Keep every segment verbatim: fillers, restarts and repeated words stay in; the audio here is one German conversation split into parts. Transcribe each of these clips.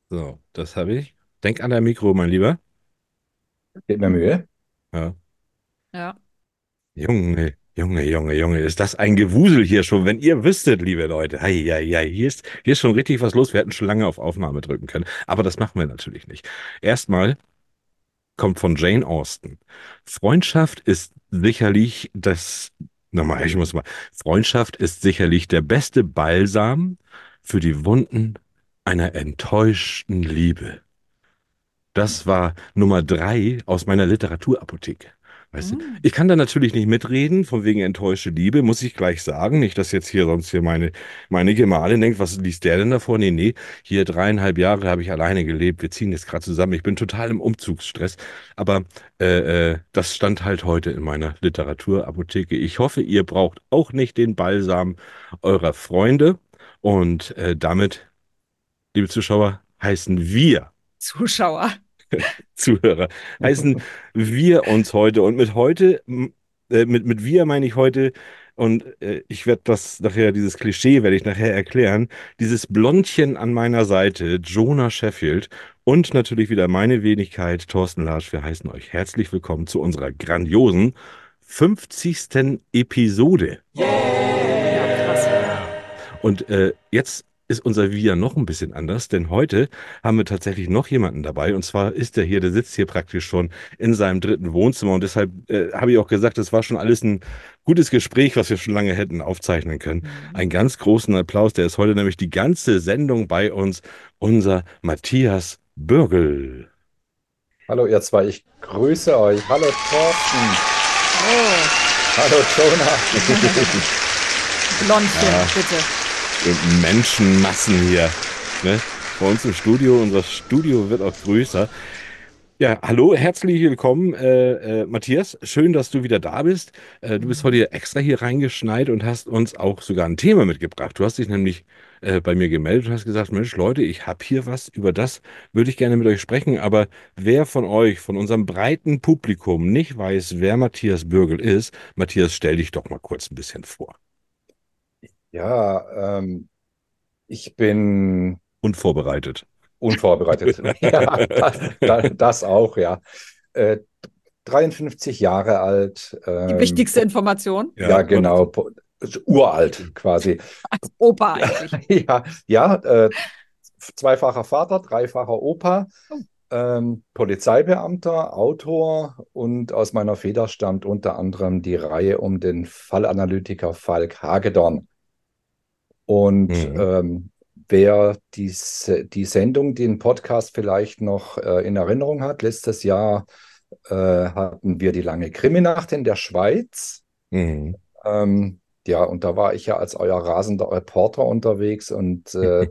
So, das habe ich. Denk an dein Mikro, mein Lieber. Gib mir Mühe. Ja. Ja. Junge, Junge, Junge, Junge, ist das ein Gewusel hier schon, wenn ihr wüsstet, liebe Leute. Hei, hei, hei, hier ist, hier ist schon richtig was los. Wir hätten schon lange auf Aufnahme drücken können, aber das machen wir natürlich nicht. Erstmal kommt von Jane Austen. Freundschaft ist sicherlich das, nochmal, ich muss mal, Freundschaft ist sicherlich der beste Balsam für die Wunden einer enttäuschten Liebe. Das war Nummer drei aus meiner Literaturapotheke. Weißt du? Mm. Ich kann da natürlich nicht mitreden, von wegen enttäuschte Liebe, muss ich gleich sagen. Nicht, dass jetzt hier sonst hier meine, meine Gemahlin denkt, was liest der denn davor? Nee, nee, hier dreieinhalb Jahre habe ich alleine gelebt. Wir ziehen jetzt gerade zusammen. Ich bin total im Umzugsstress. Aber äh, äh, das stand halt heute in meiner Literaturapotheke. Ich hoffe, ihr braucht auch nicht den Balsam eurer Freunde. Und äh, damit, liebe Zuschauer, heißen wir Zuschauer. Zuhörer, heißen wir uns heute. Und mit heute, m- äh, mit, mit wir meine ich heute, und äh, ich werde das nachher, dieses Klischee werde ich nachher erklären, dieses Blondchen an meiner Seite, Jonah Sheffield, und natürlich wieder meine Wenigkeit, Thorsten Larsch. Wir heißen euch herzlich willkommen zu unserer grandiosen fünfzigsten Episode. Ja, krass. Und äh, jetzt ist unser Wir noch ein bisschen anders, denn heute haben wir tatsächlich noch jemanden dabei. Und zwar ist der hier, der sitzt hier praktisch schon in seinem dritten Wohnzimmer. Und deshalb äh, habe ich auch gesagt, es war schon alles ein gutes Gespräch, was wir schon lange hätten aufzeichnen können. Mhm. Einen ganz großen Applaus. Der ist heute nämlich die ganze Sendung bei uns, unser Matthias Bürgel. Hallo ihr zwei, ich grüße euch. Hallo Thorsten. Oh, Hallo Jonah. Blondchen, Ja, bitte. und Menschenmassen hier. Ne? Bei uns im Studio, unser Studio wird auch größer. Ja, hallo, herzlich willkommen, äh, äh, Matthias. Schön, dass du wieder da bist. Äh, du bist Mhm. heute extra hier reingeschneit und hast uns auch sogar ein Thema mitgebracht. Du hast dich nämlich äh, bei mir gemeldet und hast gesagt, Mensch, Leute, ich habe hier was, über das würde ich gerne mit euch sprechen. Aber wer von euch, von unserem breiten Publikum, nicht weiß, wer Matthias Bürgel ist, Matthias, stell dich doch mal kurz ein bisschen vor. Ja, ähm, ich bin Unvorbereitet. unvorbereitet. Ja, das, das, das auch, ja. Äh, dreiundfünfzig Jahre alt. Die Ähm, wichtigste Information Ja, ja, wollte genau. po- Uralt quasi. als Opa eigentlich. Ja, ja, äh, zweifacher Vater, dreifacher Opa. Oh. Ähm, Polizeibeamter, Autor und aus meiner Feder stammt unter anderem die Reihe um den Fallanalytiker Falk Hagedorn. Und ich. ähm, wer die, Se- die Sendung, den Podcast vielleicht noch äh, in Erinnerung hat, letztes Jahr äh, hatten wir die lange Krimi-Nacht in der Schweiz. Mhm. Ähm, ja, und da war ich ja als euer rasender Reporter unterwegs und äh,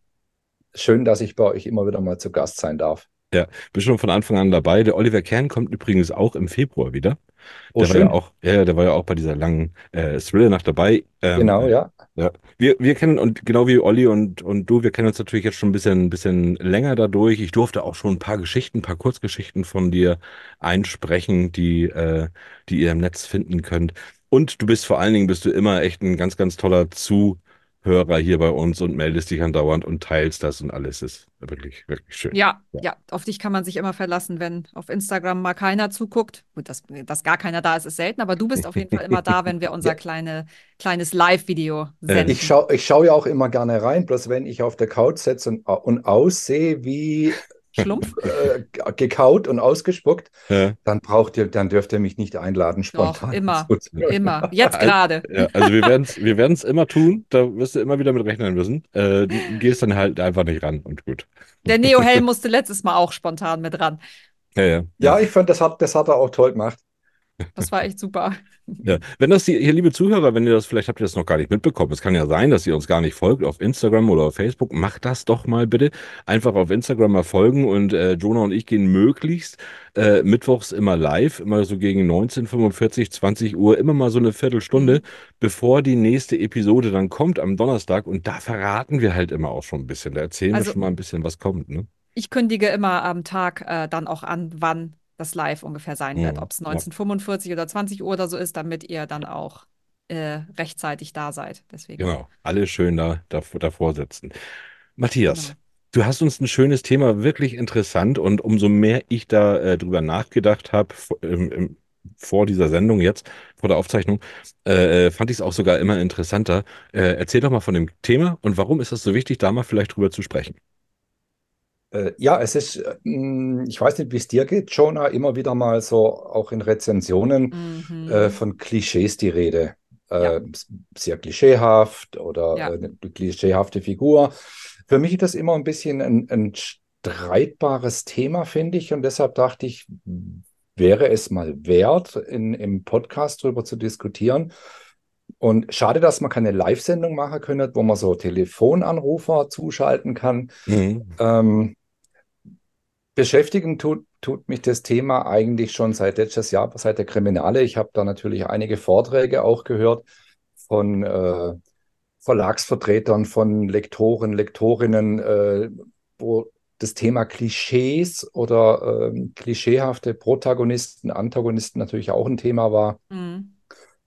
schön, dass ich bei euch immer wieder mal zu Gast sein darf. Ja, bist schon von Anfang an dabei. Der Oliver Kern kommt übrigens auch im Februar wieder. Oh, Der war ja schön. auch, ja, der war ja auch bei dieser langen äh, Thriller-Nacht dabei. Ähm, Genau, äh, ja. ja. Wir, wir kennen, und genau wie Olli und, und du, wir kennen uns natürlich jetzt schon ein bisschen, bisschen länger dadurch. Ich durfte auch schon ein paar Geschichten, ein paar Kurzgeschichten von dir einsprechen, die, äh, die ihr im Netz finden könnt. Und du bist vor allen Dingen, bist du immer echt ein ganz, ganz toller Zuhörer hier bei uns und meldest dich andauernd und teilst das und alles. Ist wirklich, wirklich schön. Ja, Ja. ja, auf dich kann man sich immer verlassen, wenn auf Instagram mal keiner zuguckt. Gut, dass, dass gar keiner da ist, ist selten, aber du bist auf jeden Fall immer da, wenn wir Ja, unser kleine, kleines Live-Video Äh, ich senden. schaue ich schau ja auch immer gerne rein, bloß wenn ich auf der Couch sitze und, und aussehe wie Schlumpf? äh, gekaut und ausgespuckt, ja. dann braucht ihr, dann dürft ihr mich nicht einladen, Doch, spontan immer, zuzuhören. immer. Jetzt Al- gerade. Ja, also wir werden es wir werden's immer tun, da wirst du immer wieder mit rechnen müssen. Äh, du gehst dann halt einfach nicht ran und gut. Der Neo-Hell musste letztes Mal auch spontan mit ran. Ja, ja, ja. Ja, ich fand, das hat, das hat er auch toll gemacht. Das war echt super. Ja, wenn das die, hier, liebe Zuhörer, wenn ihr das, vielleicht habt ihr das noch gar nicht mitbekommen. Es kann ja sein, dass ihr uns gar nicht folgt auf Instagram oder auf Facebook. Macht das doch mal bitte. Einfach auf Instagram mal folgen und äh, Jonah und ich gehen möglichst äh, mittwochs immer live, immer so gegen neunzehn Uhr fünfundvierzig, zwanzig Uhr, immer mal so eine Viertelstunde, Mhm. bevor die nächste Episode dann kommt am Donnerstag. Und da verraten wir halt immer auch schon ein bisschen. Da erzählen wir Also schon mal ein bisschen, was kommt, ne? ich kündige immer am Tag äh, dann auch an, wann das Live ungefähr sein wird. Mhm. Ob es Ja, neunzehn Uhr fünfundvierzig oder zwanzig Uhr oder so ist, damit ihr dann auch äh, rechtzeitig da seid. Deswegen, genau. Alle schön da, da davor sitzen. Matthias. genau. Du hast uns ein schönes Thema, wirklich interessant. Und umso mehr ich da äh, drüber nachgedacht habe, im, im, vor dieser Sendung jetzt, vor der Aufzeichnung, äh, äh, fand ich es auch sogar immer interessanter. Äh, erzähl doch mal von dem Thema und warum ist es so wichtig, da mal vielleicht drüber zu sprechen? Äh, ja, es ist, äh, mh, ich weiß nicht, wie es dir geht, Jonah, immer wieder mal so auch in Rezensionen äh, Mhm. von Klischees die Rede. Ja, Äh, s- sehr klischeehaft oder ja. äh, eine klischeehafte Figur. Für mich ist das immer ein bisschen ein, ein streitbares Thema, finde ich. Und deshalb dachte ich, wäre es mal wert, in, im Podcast drüber zu diskutieren. Und schade, dass man keine Live-Sendung machen können, wo man so Telefonanrufer zuschalten kann. Mhm. Ähm, Beschäftigen tut, tut mich das Thema eigentlich schon seit letztes Jahr, seit der Kriminale. Ich habe da natürlich einige Vorträge auch gehört von äh, Verlagsvertretern, von Lektoren, Lektorinnen, äh, wo das Thema Klischees oder ähm, klischeehafte Protagonisten, Antagonisten natürlich auch ein Thema war. Mhm.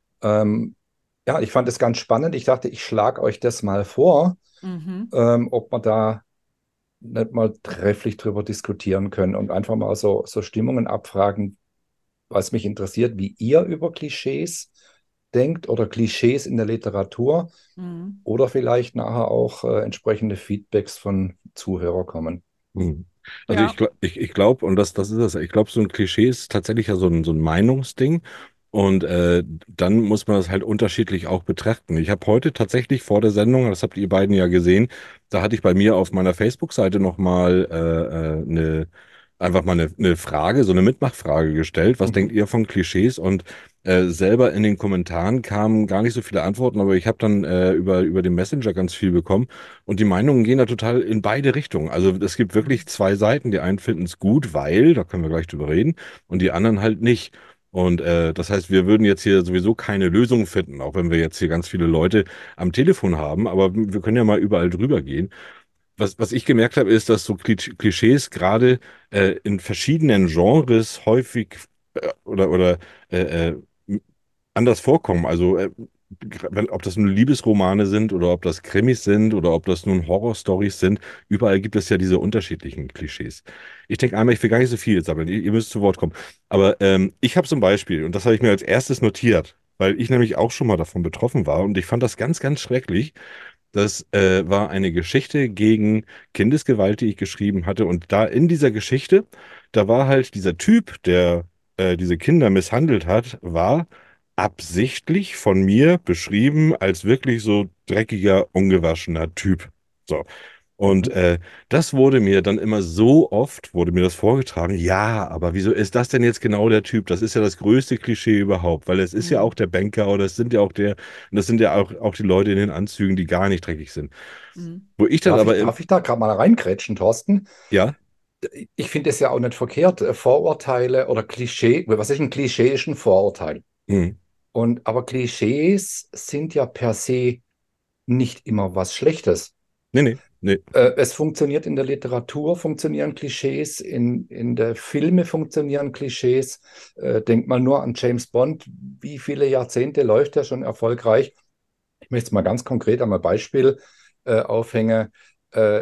Ähm, ja, ich fand es ganz spannend. Ich dachte, ich schlage euch das mal vor, Mhm. ähm, ob man da nicht mal trefflich drüber diskutieren können und einfach mal so, so Stimmungen abfragen, was mich interessiert, wie ihr über Klischees denkt oder Klischees in der Literatur Mhm. oder vielleicht nachher auch äh, entsprechende Feedbacks von Zuhörern kommen. Mhm. Also ich, Ja. gl- ich, ich glaube, und das, das ist es, ich glaube, so ein Klischee ist tatsächlich ja so ein, so ein Meinungsding. Und äh, dann muss man das halt unterschiedlich auch betrachten. Ich habe heute tatsächlich vor der Sendung, das habt ihr beiden ja gesehen, da hatte ich bei mir auf meiner Facebook-Seite nochmal äh, äh, eine, einfach mal eine, eine Frage, so eine Mitmachfrage gestellt. Was denkt Mhm. ihr von Klischees? Und äh, selber in den Kommentaren kamen gar nicht so viele Antworten, aber ich habe dann äh, über, über den Messenger ganz viel bekommen. Und die Meinungen gehen da total in beide Richtungen. Also es gibt wirklich Mhm. zwei Seiten. Die einen finden es gut, weil, da können wir gleich drüber reden, und die anderen halt nicht. Und äh, das heißt, wir würden jetzt hier sowieso keine Lösung finden, auch wenn wir jetzt hier ganz viele Leute am Telefon haben, aber wir können ja mal überall drüber gehen. Was, was ich gemerkt habe, ist, dass so Klisch- Klischees gerade äh, in verschiedenen Genres häufig äh, oder, oder äh, äh, anders vorkommen. Also, äh, wenn, ob das nun Liebesromane sind oder ob das Krimis sind oder ob das nun Horrorstories sind, überall gibt es ja diese unterschiedlichen Klischees. Ich denke einmal, ich will gar nicht so viel sammeln, ihr, ihr müsst zu Wort kommen. Aber ähm, ich habe so ein Beispiel und das habe ich mir als erstes notiert, weil ich nämlich auch schon mal davon betroffen war und ich fand das ganz, ganz schrecklich. Das äh, war eine Geschichte gegen Kindesgewalt, die ich geschrieben hatte. Und da in dieser Geschichte, da war halt dieser Typ, der äh, diese Kinder misshandelt hat, war absichtlich von mir beschrieben als wirklich so dreckiger, ungewaschener Typ. So. Und Mhm. äh, das wurde mir dann immer so oft, wurde mir das vorgetragen, ja, aber wieso ist das denn jetzt genau der Typ? Das ist ja das größte Klischee überhaupt, weil es ist ja auch Mhm. der Banker oder es sind ja auch der, und das sind ja auch, auch die Leute in den Anzügen, die gar nicht dreckig sind. Mhm. Wo ich dann Darf aber, ich, im, darf ich da gerade mal reinkrätschen, Thorsten? ja, Ich finde es ja auch nicht verkehrt, äh, Vorurteile oder Klischee. Was ist ein Klischee? Ist ein Vorurteil. hm, Und, aber Klischees sind ja per se nicht immer was Schlechtes. nee, nee, nee, Äh, es funktioniert in der Literatur, funktionieren Klischees, in, in der Filme funktionieren Klischees. Äh, denk mal nur an James Bond. Wie viele Jahrzehnte läuft er schon erfolgreich? Ich möchte jetzt mal ganz konkret einmal Beispiel äh, aufhängen. Äh,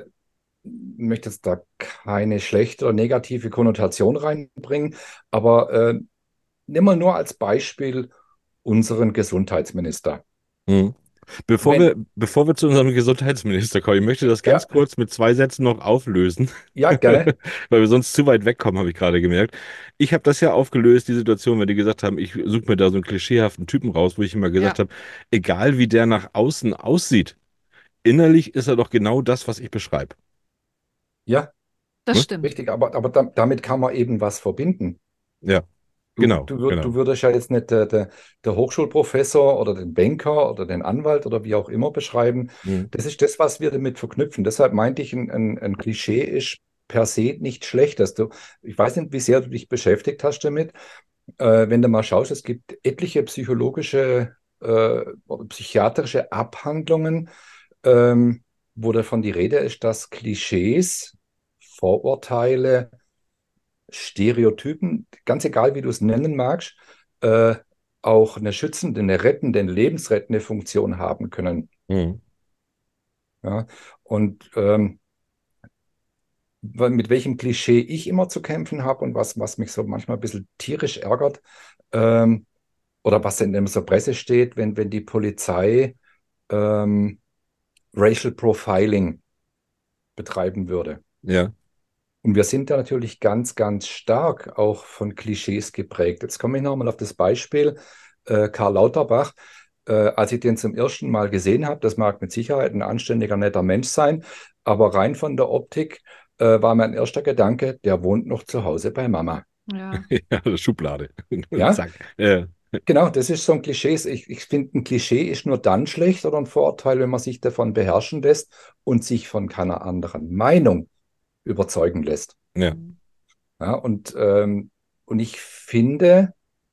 möchte jetzt da keine schlechte oder negative Konnotation reinbringen, aber äh, nimm mal nur als Beispiel unseren Gesundheitsminister. hm. Bevor wir, Wenn, bevor wir zu unserem Gesundheitsminister kommen, ich möchte das ja, ganz kurz mit zwei Sätzen noch auflösen, ja, gerne. weil wir sonst zu weit wegkommen, habe ich gerade gemerkt. Ich habe das ja aufgelöst, die Situation, wenn die gesagt haben, ich suche mir da so einen klischeehaften Typen raus, wo ich immer gesagt Ja, habe, egal wie der nach außen aussieht, innerlich ist er doch genau das, was ich beschreibe. Ja, das Ne? stimmt. richtig, aber, aber da, damit kann man eben was verbinden. Ja, Du, genau, du, würd- du genau. würdest ja jetzt nicht der, der, der Hochschulprofessor oder den Banker oder den Anwalt oder wie auch immer beschreiben. Mhm. Das ist das, was wir damit verknüpfen. Deshalb meinte ich, ein, ein, ein Klischee ist per se nicht schlecht. Dass du, ich weiß nicht, wie sehr du dich beschäftigt hast damit. Äh, wenn du mal schaust, es gibt etliche psychologische äh, oder psychiatrische Abhandlungen, ähm, wo davon die Rede ist, dass Klischees, Vorurteile, Stereotypen, ganz egal wie du es nennen magst, äh, auch eine schützende, eine rettende, eine lebensrettende Funktion haben können. Mhm. Ja? Und ähm, weil- mit welchem Klischee ich immer zu kämpfen habe und was, was mich so manchmal ein bisschen tierisch ärgert, ähm, oder was in der so Presse steht, wenn, wenn die Polizei ähm, Racial Profiling betreiben würde. Ja, Und wir sind da natürlich ganz, ganz stark auch von Klischees geprägt. Jetzt komme ich nochmal auf das Beispiel äh, Karl Lauterbach. Äh, als ich den zum ersten Mal gesehen habe, das mag mit Sicherheit ein anständiger, netter Mensch sein, aber rein von der Optik äh, war mein erster Gedanke, der wohnt noch zu Hause bei Mama. Ja. ja, Schublade. Ja, Zack. Ja, genau, das ist so ein Klischee. Ich, ich finde, ein Klischee ist nur dann schlecht oder ein Vorurteil, wenn man sich davon beherrschen lässt und sich von keiner anderen Meinung überzeugen lässt. ja. Mhm. Ja, und, ähm, und ich finde,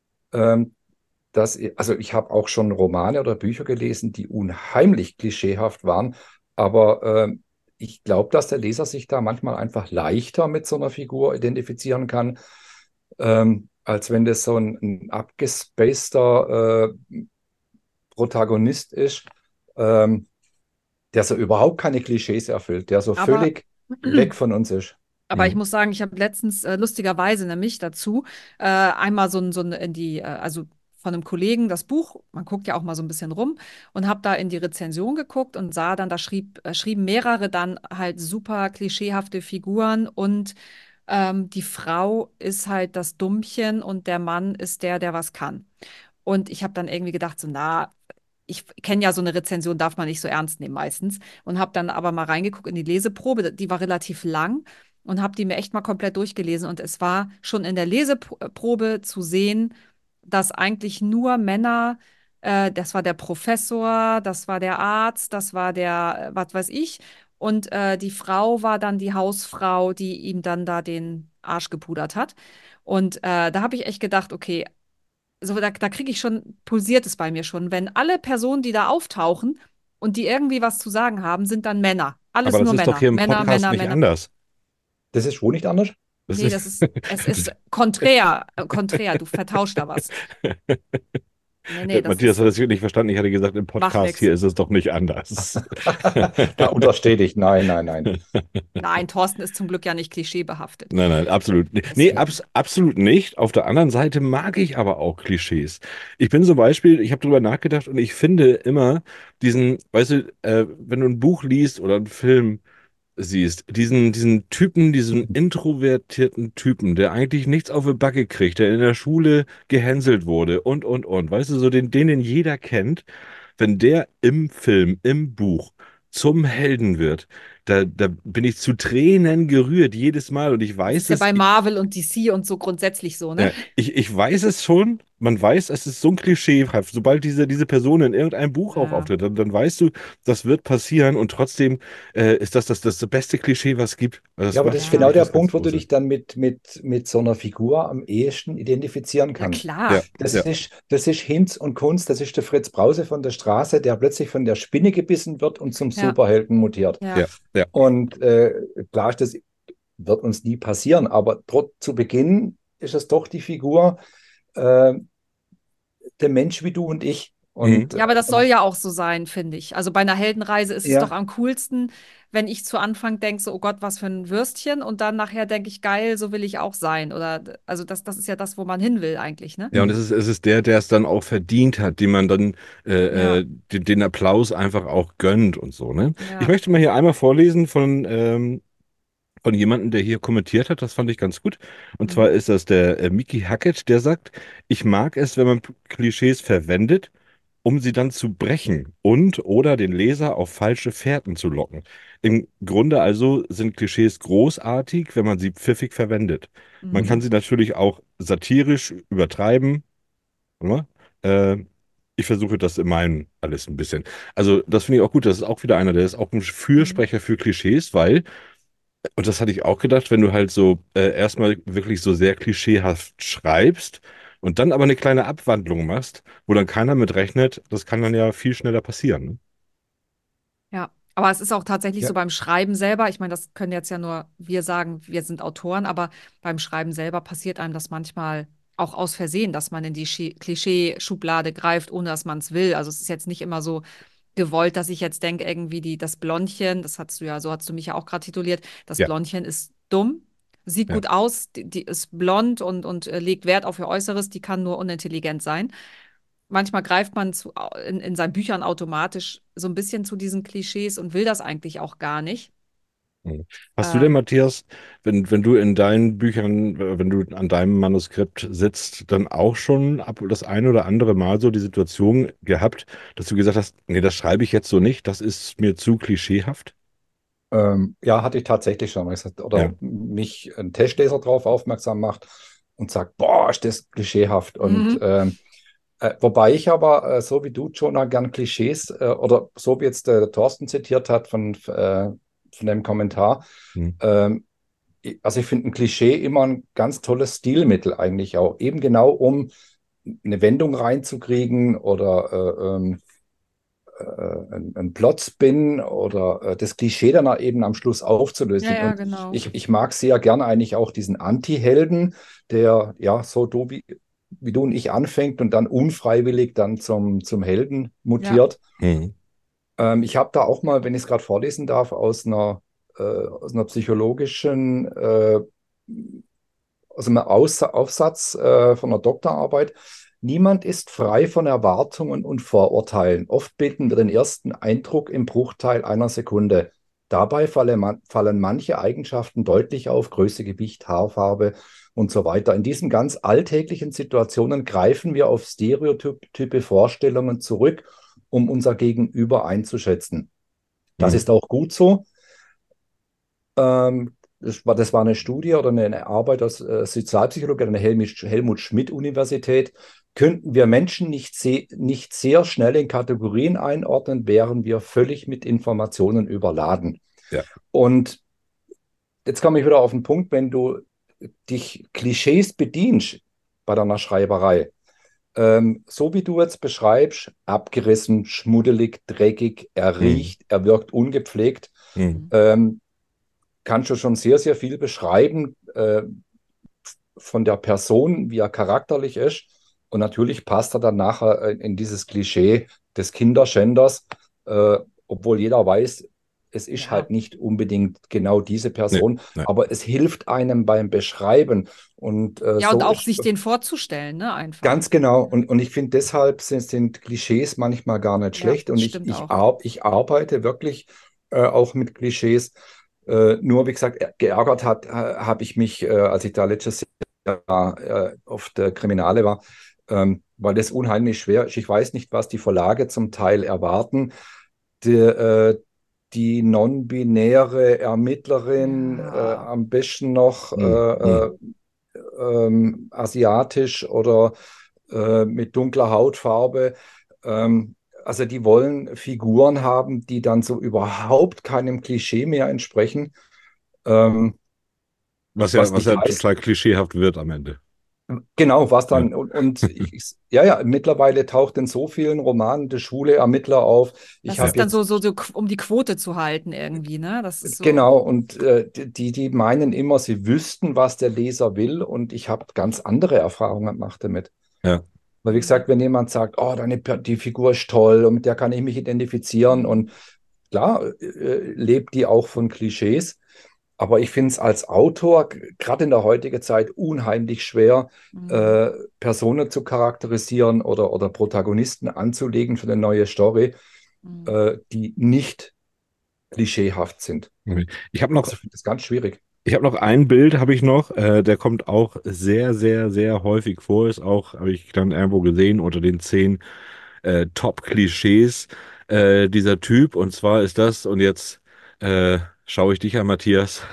ähm, dass, also ich habe auch schon Romane oder Bücher gelesen, die unheimlich klischeehaft waren, aber ähm, ich glaube, dass der Leser sich da manchmal einfach leichter mit so einer Figur identifizieren kann, ähm, als wenn das so ein, ein abgespaceter äh, Protagonist ist, ähm, der so überhaupt keine Klischees erfüllt, der so Aber völlig weg von uns ist. Aber ich Mhm. muss sagen, ich habe letztens äh, lustigerweise nämlich dazu äh, einmal so ein, so ein in die, äh, also von einem Kollegen das Buch, man guckt ja auch mal so ein bisschen rum und habe da in die Rezension geguckt und sah dann, da schrieb, äh, schrieben mehrere dann halt super klischeehafte Figuren und ähm, die Frau ist halt das Dummchen und der Mann ist der, der was kann. Und ich habe dann irgendwie gedacht, so, na, ich kenne ja so eine Rezension, darf man nicht so ernst nehmen meistens. Und habe dann aber mal reingeguckt in die Leseprobe, die war relativ lang und habe die mir echt mal komplett durchgelesen. Und es war schon in der Leseprobe zu sehen, dass eigentlich nur Männer, äh, das war der Professor, das war der Arzt, das war der, äh, was weiß ich. Und äh, die Frau war dann die Hausfrau, die ihm dann da den Arsch gepudert hat. Und äh, da habe ich echt gedacht, okay, so, da, da kriege ich schon, pulsiert es bei mir schon, wenn alle Personen, die da auftauchen und die irgendwie was zu sagen haben, sind dann Männer. Aber Alles das nur ist doch Männer. hier im Männer, Podcast Männer, nicht Männer. anders. Das ist wohl nicht anders. Das Nee, ist das ist, es ist konträr, äh, konträr, du vertauschst da was. Nee, nee, das Matthias ist, hat das nicht verstanden. Ich hatte gesagt, im macht Podcast nichts. hier ist es doch nicht anders. Da unterstehe ich. Nein, nein, nein. Nein, Thorsten ist zum Glück ja nicht klischeebehaftet. Nein, nein, absolut. nicht. Nee, Deswegen. abs absolut nicht. Auf der anderen Seite mag ich aber auch Klischees. Ich bin zum Beispiel, ich habe drüber nachgedacht und ich finde immer diesen, weißt du, äh, wenn du ein Buch liest oder einen Film siehst, diesen, diesen Typen, diesen introvertierten Typen, der eigentlich nichts auf die Backe kriegt, der in der Schule gehänselt wurde und, und, und, weißt du, so den, den, den jeder kennt, wenn der im Film, im Buch zum Helden wird, da, da bin ich zu Tränen gerührt jedes Mal und ich Das weiß ist ja es, bei Marvel und D C und so grundsätzlich so, ne? ja, ich, ich weiß es schon, man weiß, es ist so ein klischeehaft. Sobald diese, diese Person in irgendeinem Buch auch Ja, auftritt, dann, dann weißt du, das wird passieren und trotzdem äh, ist das, das das beste Klischee, was es gibt. Also Ja, das aber das macht ist für ja, genau mich der was ganz Punkt, wo du Großes. dich dann mit, mit, mit so einer Figur am ehesten identifizieren ja kannst. Ja, klar. Das ja, ist, das ist Hinz und Kunst, das ist der Fritz Brause von der Straße, der plötzlich von der Spinne gebissen wird und zum Ja, Superhelden mutiert. ja. ja, ja. Und äh, klar ist, das wird uns nie passieren, aber trotz zu Beginn ist es doch die Figur, äh, der Mensch wie du und ich. Mhm. Und Ja, aber das soll ähm, ja auch so sein, finde ich. Also bei einer Heldenreise ist es doch ja, am coolsten, wenn ich zu Anfang denke, so, oh Gott, was für ein Würstchen, und dann nachher denke ich, geil, so will ich auch sein. Oder also das, das ist ja das, wo man hin will eigentlich, ne? Ja, und es ist, es ist der, der es dann auch verdient hat, dem man dann äh, Ja, äh, den, den Applaus einfach auch gönnt und so, ne? Ich ja. möchte mal hier einmal vorlesen von, ähm, von jemandem, der hier kommentiert hat. Das fand ich ganz gut. Und zwar Mhm. ist das der äh, Mickey Hackett, der sagt, ich mag es, wenn man P- Klischees verwendet, um sie dann zu brechen und oder den Leser auf falsche Fährten zu locken. Im Grunde also sind Klischees großartig, wenn man sie pfiffig verwendet. Man kann Mhm. sie natürlich auch satirisch übertreiben. Oder? Äh, Ich versuche das in meinem alles ein bisschen. Also das finde ich auch gut. Das ist auch wieder einer, der ist auch ein Mhm. Fürsprecher für Klischees, weil und das hatte ich auch gedacht, wenn du halt so äh, erstmal wirklich so sehr klischeehaft schreibst und dann aber eine kleine Abwandlung machst, wo dann keiner mit rechnet, das kann dann ja viel schneller passieren. Ne? Ja, aber es ist auch tatsächlich ja, so beim Schreiben selber. Ich meine, das können jetzt ja nur wir sagen, wir sind Autoren, aber beim Schreiben selber passiert einem das manchmal auch aus Versehen, dass man in die Schi- Klischee-Schublade greift, ohne dass man es will. Also es ist jetzt nicht immer so gewollt, dass ich jetzt denke, irgendwie die, das Blondchen, das hast du ja, so hast du mich ja auch gerade tituliert, das Ja, Blondchen ist dumm, sieht Ja. gut aus, die, die ist blond und, und äh, legt Wert auf ihr Äußeres, die kann nur unintelligent sein. Manchmal greift man zu, in, in seinen Büchern automatisch so ein bisschen zu diesen Klischees und will das eigentlich auch gar nicht. Mhm. Hast du denn, Ähm, Matthias, wenn, wenn du in deinen Büchern, äh, wenn du an deinem Manuskript sitzt, dann auch schon ab das ein oder andere Mal so die Situation gehabt, dass du gesagt hast, nee, das schreibe ich jetzt so nicht, das ist mir zu klischeehaft? Ähm, ja, hatte ich tatsächlich schon mal gesagt. Oder Ja. mich ein Testleser darauf aufmerksam macht und sagt, boah, ist das klischeehaft. Und mhm. ähm, äh, wobei ich aber, äh, so wie du, Jonah, gern Klischees, äh, oder so wie jetzt der Thorsten zitiert hat von, äh, von dem Kommentar, Hm. ähm, ich- also ich finde ein Klischee immer ein ganz tolles Stilmittel eigentlich auch. Eben genau, um eine Wendung reinzukriegen oder äh, ähm, äh, ein, ein Plotspin oder äh, das Klischee dann eben am Schluss Ja, aufzulösen. ja, Und genau. ich, ich mag sehr gerne eigentlich auch diesen Anti-Helden, der ja so du wie, wie du und ich anfängt und dann unfreiwillig dann zum, zum Helden Ja. mutiert. Hm. Ähm, ich habe da auch mal, wenn ich es gerade vorlesen darf, aus einer, äh, aus einer psychologischen, äh, aus einem Aus Aufsatz äh, von einer Doktorarbeit. Niemand ist frei von Erwartungen und Vorurteilen. Oft bilden wir den ersten Eindruck im Bruchteil einer Sekunde. Dabei fallen, man, fallen manche Eigenschaften deutlich auf, Größe, Gewicht, Haarfarbe und so weiter. In diesen ganz alltäglichen Situationen greifen wir auf stereotype Vorstellungen zurück, um unser Gegenüber einzuschätzen. Das Hm. ist auch gut so. Ähm, das war, das war eine Studie oder eine, eine Arbeit aus äh, Sozialpsychologie an der Helmut, Helmut Schmidt Universität. Könnten wir Menschen nicht, se nicht sehr schnell in Kategorien einordnen, wären wir völlig mit Informationen überladen. Ja. Und jetzt komme ich wieder auf den Punkt, wenn du dich Klischees bedienst bei deiner Schreiberei, ähm, so wie du jetzt beschreibst, abgerissen, schmuddelig, dreckig, er Hm. riecht, er wirkt ungepflegt, Hm. Mhm. ähm, kannst du schon sehr, sehr viel beschreiben äh, von der Person, wie er charakterlich ist. Und natürlich passt er dann nachher äh, in dieses Klischee des Kinderschänders, äh, obwohl jeder weiß, es ist Ja. halt nicht unbedingt genau diese Nee, Person, nee. aber es hilft einem beim Beschreiben. Und äh, Ja, und so auch ist sich den vorzustellen, ne, einfach. ganz genau. Und, und ich finde, deshalb sind, sind Klischees manchmal gar nicht Ja, schlecht. Und das ich, stimmt ich, auch. ar ich arbeite wirklich äh, auch mit Klischees. Äh, nur, wie gesagt, äh, geärgert hat, äh, habe ich mich, äh, als ich da letztes Jahr äh, auf der Kriminale war, ähm, weil das unheimlich schwer ist. Ich weiß nicht, was die Verlage zum Teil erwarten. Die, äh, die non-binäre Ermittlerin, äh, Ja, am besten noch äh, Hm. Hm. äh, ähm, asiatisch oder äh, mit dunkler Hautfarbe. Ähm, also die wollen Figuren haben, die dann so überhaupt keinem Klischee mehr entsprechen. Ähm, Was ja, was was nicht ja heißt, total klischeehaft wird am Ende. genau, was Ja. dann, und, und ich, ich, ja, ja, mittlerweile taucht in so vielen Romanen der Schwule Ermittler auf. Ich das ist habe dann so, jetzt, so, so, qu- um die Quote zu halten irgendwie, ne? Das ist so, genau, und äh, die, die meinen immer, sie wüssten, was der Leser will, und ich habe ganz andere Erfahrungen gemacht damit. Ja. Weil, wie mhm. gesagt, wenn jemand sagt, oh, deine, Per- die Figur ist toll und mit der kann ich mich identifizieren, Mhm. und klar, äh, äh, lebt die auch von Klischees. Aber ich finde es als Autor, gerade in der heutigen Zeit, unheimlich schwer, Mhm. äh, Personen zu charakterisieren oder, oder Protagonisten anzulegen für eine neue Story, Mhm. äh, die nicht klischeehaft sind. Ich habe noch Also ich finde das ganz schwierig. Ich habe noch ein Bild, habe ich noch, äh, der kommt auch sehr, sehr, sehr häufig vor, ist auch, habe ich dann irgendwo gesehen, unter den zehn äh, Top-Klischees äh, dieser Typ. Und zwar ist das, und jetzt äh, schaue ich dich an, Matthias.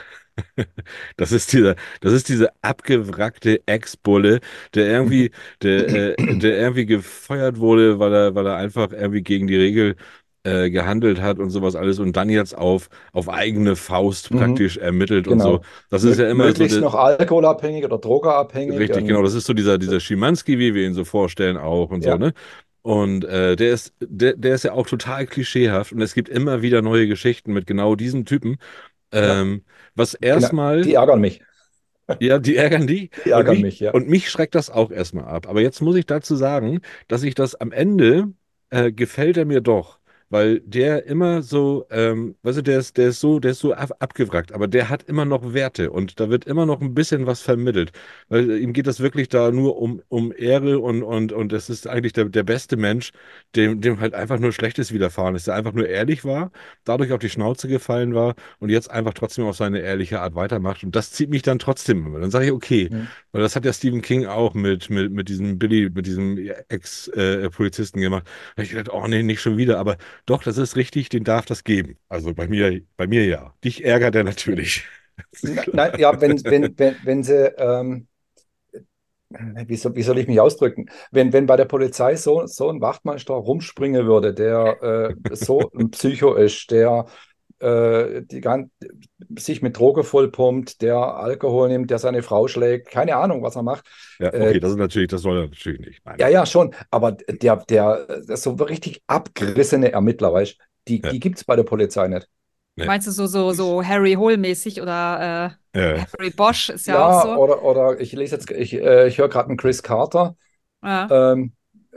Das ist dieser, das ist diese abgewrackte Ex-Bulle, der irgendwie, der, äh, der irgendwie gefeuert wurde, weil er, weil er einfach irgendwie gegen die Regel äh, gehandelt hat und sowas alles und dann jetzt auf, auf eigene Faust Mhm, praktisch ermittelt und so. genau. Das ist Mö ja immer so möglichst der, noch alkoholabhängig oder drogenabhängig. richtig, genau, Und, das ist so dieser, äh, dieser Schimanski, wie wir ihn so vorstellen auch und so, ja, ne? Und äh, der ist, der, der ist ja auch total klischeehaft und es gibt immer wieder neue Geschichten mit genau diesem Typen. ja, Ähm, was genau. erstmal Die ärgern mich. ja, die ärgern die. Die Und ärgern mich, mich, ja. und mich schreckt das auch erstmal ab. Aber jetzt muss ich dazu sagen, dass ich das am Ende äh, gefällt er mir doch. weil der immer so, ähm, weißt du, der ist, der ist so, der ist so ab, abgewrackt, aber der hat immer noch Werte und da wird immer noch ein bisschen was vermittelt, weil ihm geht das wirklich da nur um, um Ehre und, und, und das ist eigentlich der, der beste Mensch, dem, dem halt einfach nur Schlechtes widerfahren ist, der einfach nur ehrlich war, dadurch auf die Schnauze gefallen war und jetzt einfach trotzdem auf seine ehrliche Art weitermacht und das zieht mich dann trotzdem immer. Dann sage ich, okay, Hm. weil das hat ja Stephen King auch mit, mit, mit diesem Billy, mit diesem Ex-Polizisten gemacht. Da habe ich gedacht, oh nee, nicht schon wieder. Aber doch, das ist richtig, den darf das geben. Also bei mir, bei mir ja. Dich ärgert er natürlich. Das ist Na- klar. Nein, ja, wenn, wenn, wenn, wenn sie, ähm, wie soll, wie soll ich mich ausdrücken? Wenn, wenn bei der Polizei so, so ein Wachtmeister rumspringen würde, der äh, so ein Psycho ist, der äh, die gan- sich mit Droge vollpumpt, der Alkohol nimmt, der seine Frau schlägt, keine Ahnung, was er macht. Ja, Äh, okay, das ist natürlich, das soll er natürlich nicht. Nein, ja, nein. ja, schon, aber der, der, das so richtig abgerissene Ermittler, weißt du, die, Ja, die gibt es bei der Polizei nicht. nee. Meinst du so, so, so Harry Hole-mäßig oder äh, Äh, Harry Bosch ist ja auch Ja, so. oder, oder ich lese jetzt, ich, äh, ich höre gerade einen Chris Carter, Ja, ähm,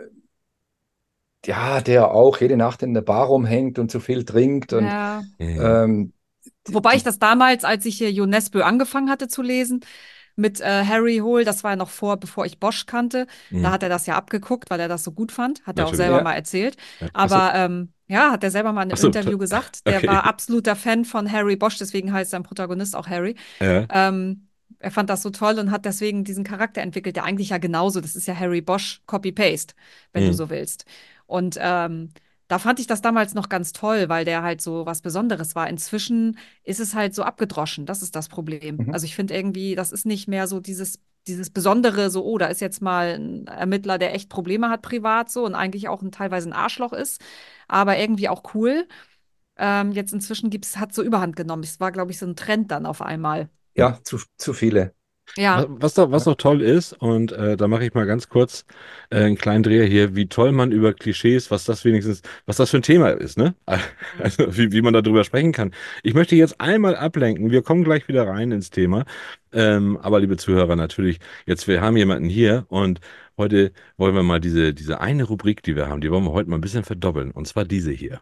ja, der auch jede Nacht in der Bar rumhängt und zu viel trinkt und ja. mhm. ähm, die, Wobei ich die, das damals, als ich hier Ionesco angefangen hatte zu lesen, mit äh, Harry Hole, das war ja noch vor, bevor ich Bosch kannte, da Mhm. hat er das ja abgeguckt, weil er das so gut fand, hat er auch Natürlich. selber ja, mal erzählt. Ja. Achso, Aber ähm, ja, hat er selber mal in einem achso, Interview gesagt, der okay. war absoluter Fan von Harry Bosch, deswegen heißt sein Protagonist auch Harry. Ja. Ähm, er fand das so toll und hat deswegen diesen Charakter entwickelt, der eigentlich ja genauso, das ist ja Harry Bosch Copy-Paste, wenn du Mhm. so willst. Und ähm, da fand ich das damals noch ganz toll, weil der halt so was Besonderes war. Inzwischen ist es halt so abgedroschen, das ist das Problem. mhm. Also ich finde irgendwie, das ist nicht mehr so dieses, dieses Besondere, so, oh, da ist jetzt mal ein Ermittler, der echt Probleme hat privat so und eigentlich auch ein, teilweise ein Arschloch ist, aber irgendwie auch cool. Ähm, jetzt inzwischen gibt's, hat so Überhand genommen. Es war, glaube ich, so ein Trend dann auf einmal. Mhm. Ja, zu, zu viele. Was, Ja. was doch, was Ja, doch toll ist, und äh, da mache ich mal ganz kurz äh, einen kleinen Dreher hier, wie toll man über Klischees, was das wenigstens, was das für ein Thema ist, ne? Mhm. Also wie, wie man darüber sprechen kann. Ich möchte jetzt einmal ablenken, wir kommen gleich wieder rein ins Thema. Ähm, aber liebe Zuhörer, natürlich, jetzt wir haben jemanden hier und heute wollen wir mal diese, diese eine Rubrik, die wir haben, die wollen wir heute mal ein bisschen verdoppeln, und zwar diese hier.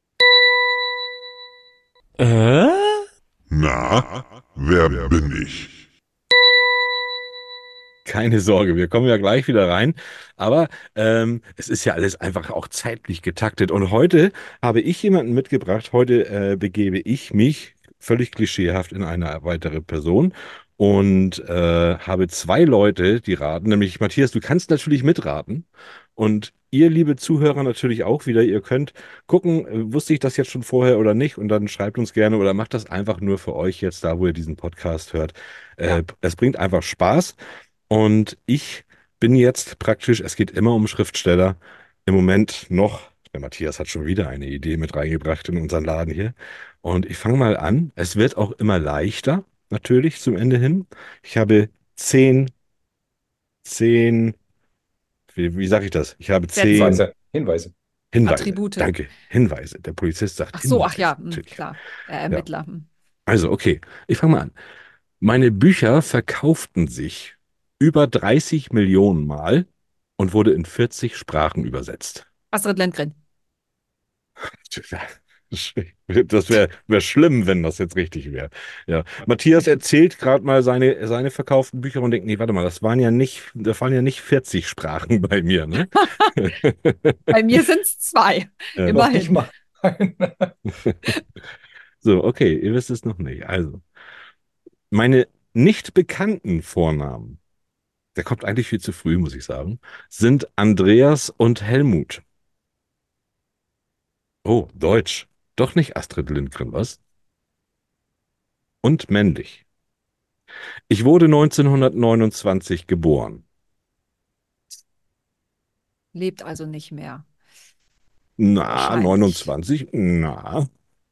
Äh? Na, wer bin ich? Keine Sorge, wir kommen ja gleich wieder rein. Aber ähm, es ist ja alles einfach auch zeitlich getaktet. Und heute habe ich jemanden mitgebracht. Heute äh, begebe ich mich völlig klischeehaft in eine weitere Person und äh, habe zwei Leute, die raten. Nämlich, Matthias, du kannst natürlich mitraten. Und ihr, liebe Zuhörer, natürlich auch wieder. Ihr könnt gucken, äh, wusste ich das jetzt schon vorher oder nicht? Und dann schreibt uns gerne oder macht das einfach nur für euch jetzt da, wo ihr diesen Podcast hört. Äh, Ja. es bringt einfach Spaß. Und ich bin jetzt praktisch, es geht immer um Schriftsteller, im Moment noch, der Matthias hat schon wieder eine Idee mit reingebracht in unseren Laden hier. Und ich fange mal an. Es wird auch immer leichter, natürlich zum Ende hin. Ich habe zehn, zehn, wie, wie sage ich das? Ich habe Sätze, zehn Hinweise, Hinweise. Hinweise. Attribute. Danke. Hinweise. Der Polizist sagt Ach so, ach Hinweise. ja, hm, Natürlich. klar. Der Ja. Ermittler. Hm. Also, okay. Ich fange mal an. Meine Bücher verkauften sich über dreißig Millionen Mal und wurde in vierzig Sprachen übersetzt. Astrid Lindgren. Das wäre wär schlimm, wenn das jetzt richtig wäre. Ja. Matthias erzählt gerade mal seine, seine verkauften Bücher und denkt, nee, warte mal, das waren ja nicht, das waren ja nicht vierzig Sprachen bei mir, ne? Bei mir sind es zwei. Ähm, Noch nicht Immerhin. mal. so, okay, ihr wisst es noch nicht. Also, meine nicht bekannten Vornamen, der kommt eigentlich viel zu früh, muss ich sagen, sind Andreas und Helmut. Oh, Deutsch. Doch nicht Astrid Lindgren, was? Und männlich. Ich wurde neunzehnhundertneunundzwanzig geboren. Lebt also nicht mehr. Na, Wahrscheinlich. neunundzwanzig? Na.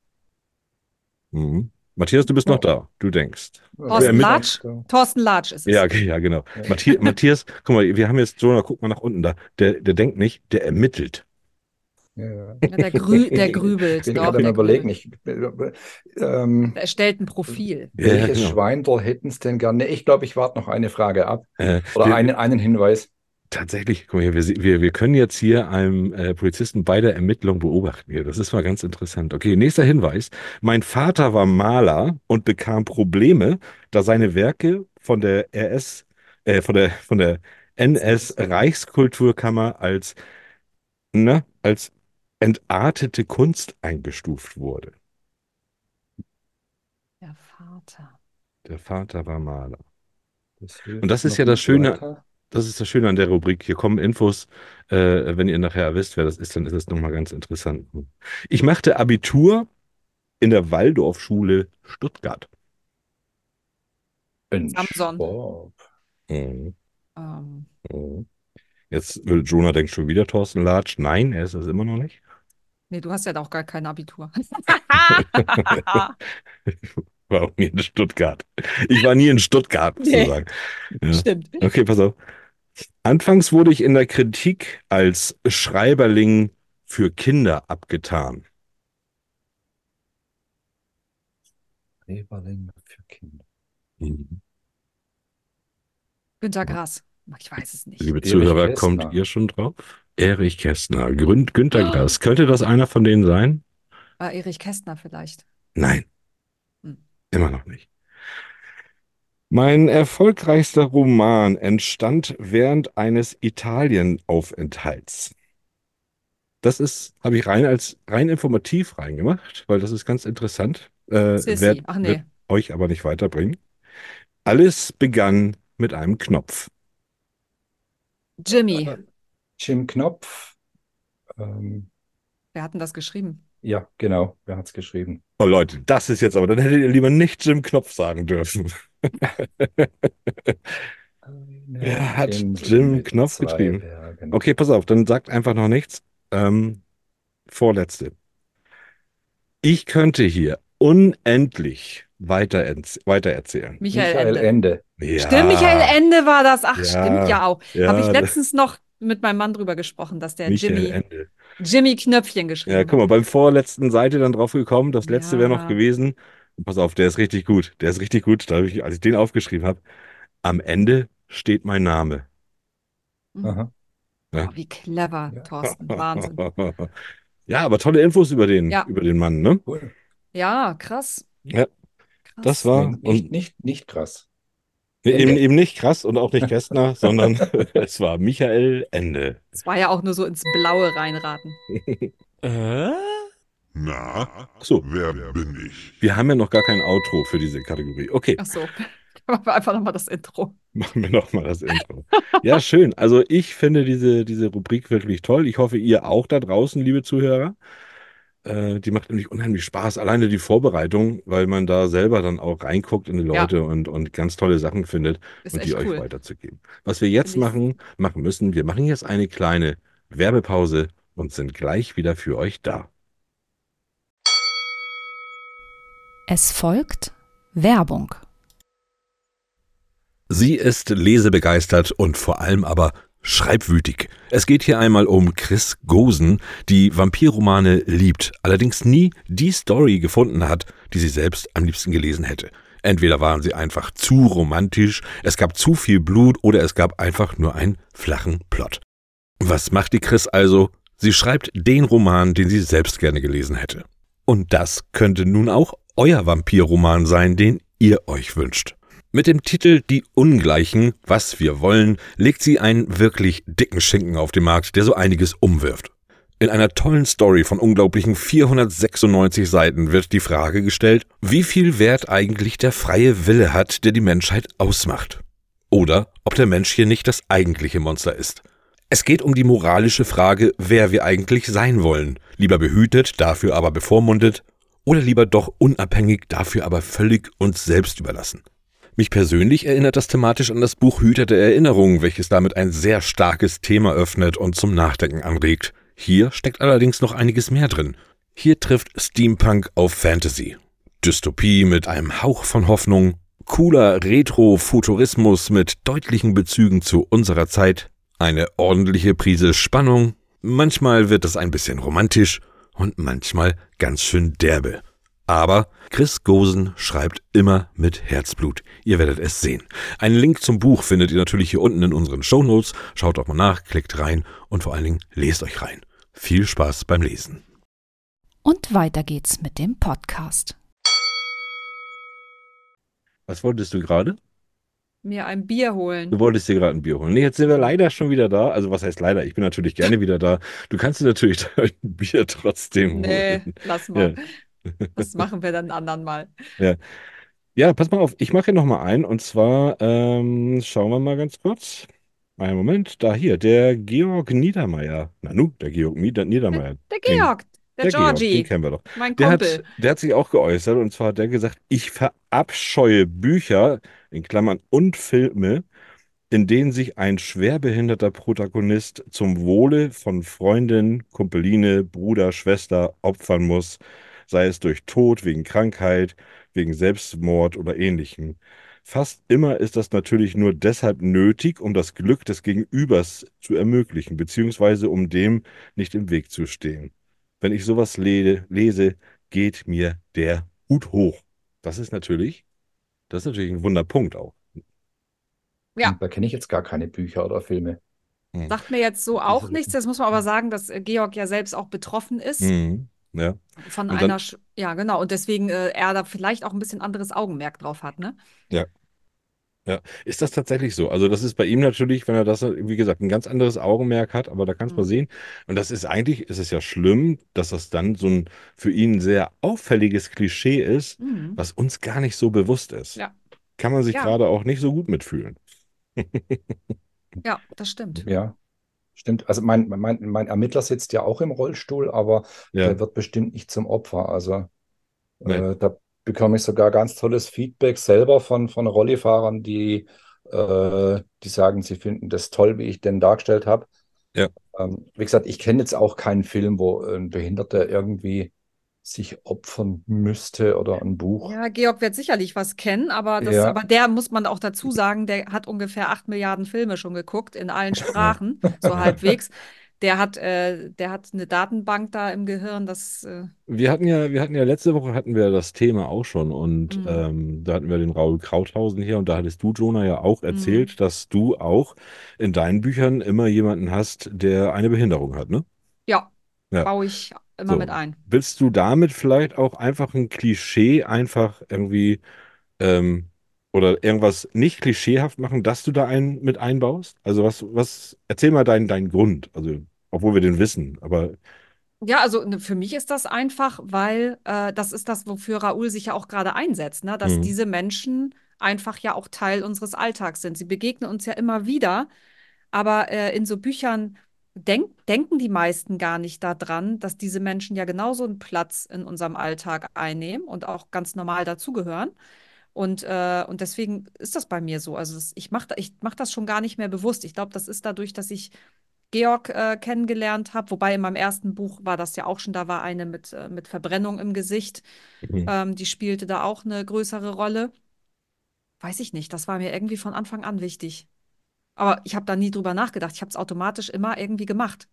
Hm. Matthias, du bist noch Ja, da. Du denkst. wer, Wer Thorsten wer ist mit? noch Latsch? da? Thorsten Latsch ist Ja, es. okay, ja, genau. Ja. Matthias, Matthias, guck mal, wir haben jetzt, Jonah, guck mal nach unten da. Der, der denkt nicht, der ermittelt. Ja. Ja, der, grü der Ich grübelt, bin doch, gerade am der Überlegen. grübelt. Ich, ähm, Der erstellt ein Profil. Ja, ja, welches genau. Schweindel hätten es denn gerne? Ich glaube, ich warte noch eine Frage ab. Äh, Oder wir, einen, einen Hinweis. tatsächlich, guck mal hier, wir, se- wir, wir können jetzt hier einem äh, Polizisten bei der Ermittlung beobachten. Hier. Das ist mal ganz interessant. Okay, nächster Hinweis. Mein Vater war Maler und bekam Probleme, da seine Werke von der R S, äh, von der, von der N S-Reichskulturkammer als, ne, als entartete Kunst eingestuft wurde. Der Vater. Der Vater war Maler. Das Und das hilft ist noch ja das nicht Schöne, weiter. das ist das Schöne an der Rubrik. Hier kommen Infos. Äh, wenn ihr nachher wisst, wer das ist, dann ist es nochmal ganz interessant. Ich machte Abitur in der Waldorfschule Stuttgart. Ein Samson. Sport. Mhm. Ähm, Mhm. Jetzt will Jonah denkt schon wieder Thorsten Latsch. Nein, er ist es immer noch nicht. nee, du hast ja auch gar kein Abitur. War auch nie in Stuttgart. Ich war nie in Stuttgart, Nee. sozusagen. Ja. Stimmt. Okay, pass auf. Anfangs wurde ich in der Kritik als Schreiberling für Kinder abgetan. Schreiberling für Kinder. Mhm. Günter Grass. Ich weiß es nicht. Liebe Erich Zuhörer, Kästner. kommt ihr schon drauf? Erich Kästner, Grün, Günter Ah. Grass. Könnte das einer von denen sein? Äh, Erich Kästner vielleicht. Nein, Hm. immer noch nicht. Mein erfolgreichster Roman entstand während eines Italienaufenthalts. Das ist, habe ich rein als rein informativ reingemacht, weil das ist ganz interessant. Äh, Sissi. werd, Ach nee. wird euch aber nicht weiterbringen. Alles begann mit einem Knopf. Jimmy. Äh, Jim Knopf. Ähm, Wer hat denn das geschrieben? ja, genau. Wer hat es geschrieben? Oh Leute, das ist jetzt aber, dann hättet ihr lieber nicht Jim Knopf sagen dürfen. Wer hat Insel Jim mit Knopf zwei geschrieben? Bergen. Okay, pass auf, dann sagt einfach noch nichts. Ähm, vorletzte. Ich könnte hier unendlich weiter, weiter erzählen. Michael, Michael Ende. Ende. Ja, Stimmt, Michael Ende war das. Ach, Ja, stimmt ja auch. ja, Habe ich das- letztens noch mit meinem Mann drüber gesprochen, dass der Michael Jimmy, Ende. Jimmy Knöpfchen geschrieben Ja, guck mal, hat. beim vorletzten Seite dann drauf gekommen. Das letzte wäre noch Ja. gewesen. Und pass auf, der ist richtig gut. Der ist richtig gut. Da hab ich, als ich den aufgeschrieben habe, am Ende steht mein Name. Mhm. Aha. Ja. Oh, wie clever, Ja. Thorsten. Wahnsinn. Ja, aber tolle Infos über den, Ja. über den Mann, ne? Cool. Ja, krass. Ja, Krass. das war Nee, nicht, und nicht, nicht krass. nee, eben, Ende. eben nicht Krass und auch nicht Kästner, sondern es war Michael Ende. Es war ja auch nur so ins Blaue reinraten. Na, So, wer bin ich? wir haben ja noch gar kein Outro für diese Kategorie. Okay, Ach so. Machen wir einfach nochmal das Intro. machen wir noch mal das Intro. Ja, schön. Also ich finde diese, diese Rubrik wirklich toll. Ich hoffe, ihr auch da draußen, liebe Zuhörer. Äh, die macht nämlich unheimlich Spaß. Alleine die Vorbereitung, weil man da selber dann auch reinguckt in die Ja. Leute und, und ganz tolle Sachen findet Ist und die echt euch cool. weiterzugeben. Was wir jetzt Finde ich- machen, machen müssen, wir machen jetzt eine kleine Werbepause und sind gleich wieder für euch da. Es folgt Werbung. Sie ist lesebegeistert und vor allem aber schreibwütig. Es geht hier einmal um Chris Gosen, die Vampirromane liebt, allerdings nie die Story gefunden hat, die sie selbst am liebsten gelesen hätte. Entweder waren sie einfach zu romantisch, es gab zu viel Blut oder es gab einfach nur einen flachen Plot. Was macht die Chris also? Sie schreibt den Roman, den sie selbst gerne gelesen hätte. Und das könnte nun auch euer Vampirroman sein, den ihr euch wünscht. Mit dem Titel Die Ungleichen, was wir wollen, legt sie einen wirklich dicken Schinken auf den Markt, der so einiges umwirft. In einer tollen Story von unglaublichen vierhundertsechsundneunzig Seiten wird die Frage gestellt, wie viel Wert eigentlich der freie Wille hat, der die Menschheit ausmacht. Oder ob der Mensch hier nicht das eigentliche Monster ist. Es geht um die moralische Frage, wer wir eigentlich sein wollen. Lieber behütet, dafür aber bevormundet, oder lieber doch unabhängig, dafür aber völlig uns selbst überlassen. Mich persönlich erinnert das thematisch an das Buch Hüter der Erinnerung, welches damit ein sehr starkes Thema öffnet und zum Nachdenken anregt. Hier steckt allerdings noch einiges mehr drin. Hier trifft Steampunk auf Fantasy. Dystopie mit einem Hauch von Hoffnung, cooler Retro-Futurismus mit deutlichen Bezügen zu unserer Zeit, eine ordentliche Prise Spannung, manchmal wird es ein bisschen romantisch und manchmal ganz schön derbe. Aber Chris Gosen schreibt immer mit Herzblut. Ihr werdet es sehen. Einen Link zum Buch findet ihr natürlich hier unten in unseren Shownotes. Schaut doch mal nach, klickt rein und vor allen Dingen lest euch rein. Viel Spaß beim Lesen. Und weiter geht's mit dem Podcast. Was wolltest du gerade? Mir ein Bier holen. Du wolltest dir gerade ein Bier holen. Nee, jetzt sind wir leider schon wieder da. Also was heißt leider? Ich bin natürlich gerne wieder da. Du kannst dir natürlich ein Bier trotzdem Nee, holen. lass mal. Ja. Das machen wir dann ein anderen Mal. Ja. Ja, pass mal auf. Ich mache hier nochmal ein. Und zwar, ähm, schauen wir mal ganz kurz. Einen Moment. Da hier, der Georg Niedermeyer. Na nu, der Georg Nieder Niedermeyer. Der Den, Georg, der der Georg, den Georgie, kennen wir doch. mein Der Kumpel. hat, der hat sich auch geäußert. Und zwar hat der gesagt, ich verabscheue Bücher, in Klammern, und Filme, in denen sich ein schwerbehinderter Protagonist zum Wohle von Freundin, Kumpeline, Bruder, Schwester opfern muss, sei es durch Tod, wegen Krankheit, wegen Selbstmord oder ähnlichem. Fast immer ist das natürlich nur deshalb nötig, um das Glück des Gegenübers zu ermöglichen, beziehungsweise um dem nicht im Weg zu stehen. Wenn ich sowas le lese, geht mir der Hut hoch. Das ist natürlich, das ist natürlich ein Wunderpunkt auch. Ja, Da kenne ich jetzt gar keine Bücher oder Filme. Hm. sagt mir jetzt so auch nichts. Jetzt muss man aber sagen, dass äh, Georg ja selbst auch betroffen ist Mhm. Ja. von Und einer, dann, Sch- ja genau, und deswegen äh, er da vielleicht auch ein bisschen anderes Augenmerk drauf hat, ne? ja, ja. Ist das tatsächlich so? Also das ist bei ihm natürlich, wenn er das, wie gesagt, ein ganz anderes Augenmerk hat, aber da kannst du mal Mhm. sehen. Und das ist eigentlich, ist es ja schlimm, dass das dann so ein für ihn sehr auffälliges Klischee ist, Mhm. was uns gar nicht so bewusst ist. Ja, Kann man sich ja, gerade auch nicht so gut mitfühlen. ja, das stimmt. Ja, stimmt. Also mein, mein, mein Ermittler sitzt ja auch im Rollstuhl, aber Ja, der wird bestimmt nicht zum Opfer. Also ne, äh, da bekomme ich sogar ganz tolles Feedback selber von, von Rollifahrern, die, äh, die sagen, sie finden das toll, wie ich den dargestellt habe. ja. Ähm, wie gesagt, ich kenne jetzt auch keinen Film, wo ein Behinderter irgendwie sich opfern müsste oder ein Buch. Ja, Georg wird sicherlich was kennen, aber das, Ja, aber der muss man auch dazu sagen, der hat ungefähr acht Milliarden Filme schon geguckt, in allen Ja. Sprachen, so halbwegs. Der hat, äh, der hat eine Datenbank da im Gehirn, das, äh, Wir hatten ja, wir hatten ja letzte Woche hatten wir das Thema auch schon und mm, ähm, da hatten wir den Raoul Krauthausen hier und da hattest du, Jonah, ja auch mm. erzählt, dass du auch in deinen Büchern immer jemanden hast, der eine Behinderung hat, ne? Ja, Ja. baue ich immer mit So. ein. Willst du damit vielleicht auch einfach ein Klischee einfach irgendwie ähm, oder irgendwas nicht klischeehaft machen, dass du da einen mit einbaust? Also was, was, erzähl mal deinen, deinen Grund, also obwohl wir den wissen, aber Ja, also ne, für mich ist das einfach, weil äh, das ist das, wofür Raoul sich ja auch gerade einsetzt, ne? Dass mhm. diese Menschen einfach ja auch Teil unseres Alltags sind. Sie begegnen uns ja immer wieder, aber äh, in so Büchern denk denken die meisten gar nicht daran, dass diese Menschen ja genauso einen Platz in unserem Alltag einnehmen und auch ganz normal dazugehören. Und, äh, und deswegen ist das bei mir so. Also das, ich mache ich mach das schon gar nicht mehr bewusst. Ich glaube, das ist dadurch, dass ich Georg äh, kennengelernt habe. Wobei in meinem ersten Buch war das ja auch schon, da war eine mit, äh, mit Verbrennung im Gesicht. Mhm. Ähm, die spielte da auch eine größere Rolle. Weiß ich nicht, das war mir irgendwie von Anfang an wichtig. Aber ich habe da nie drüber nachgedacht. Ich habe es automatisch immer irgendwie gemacht.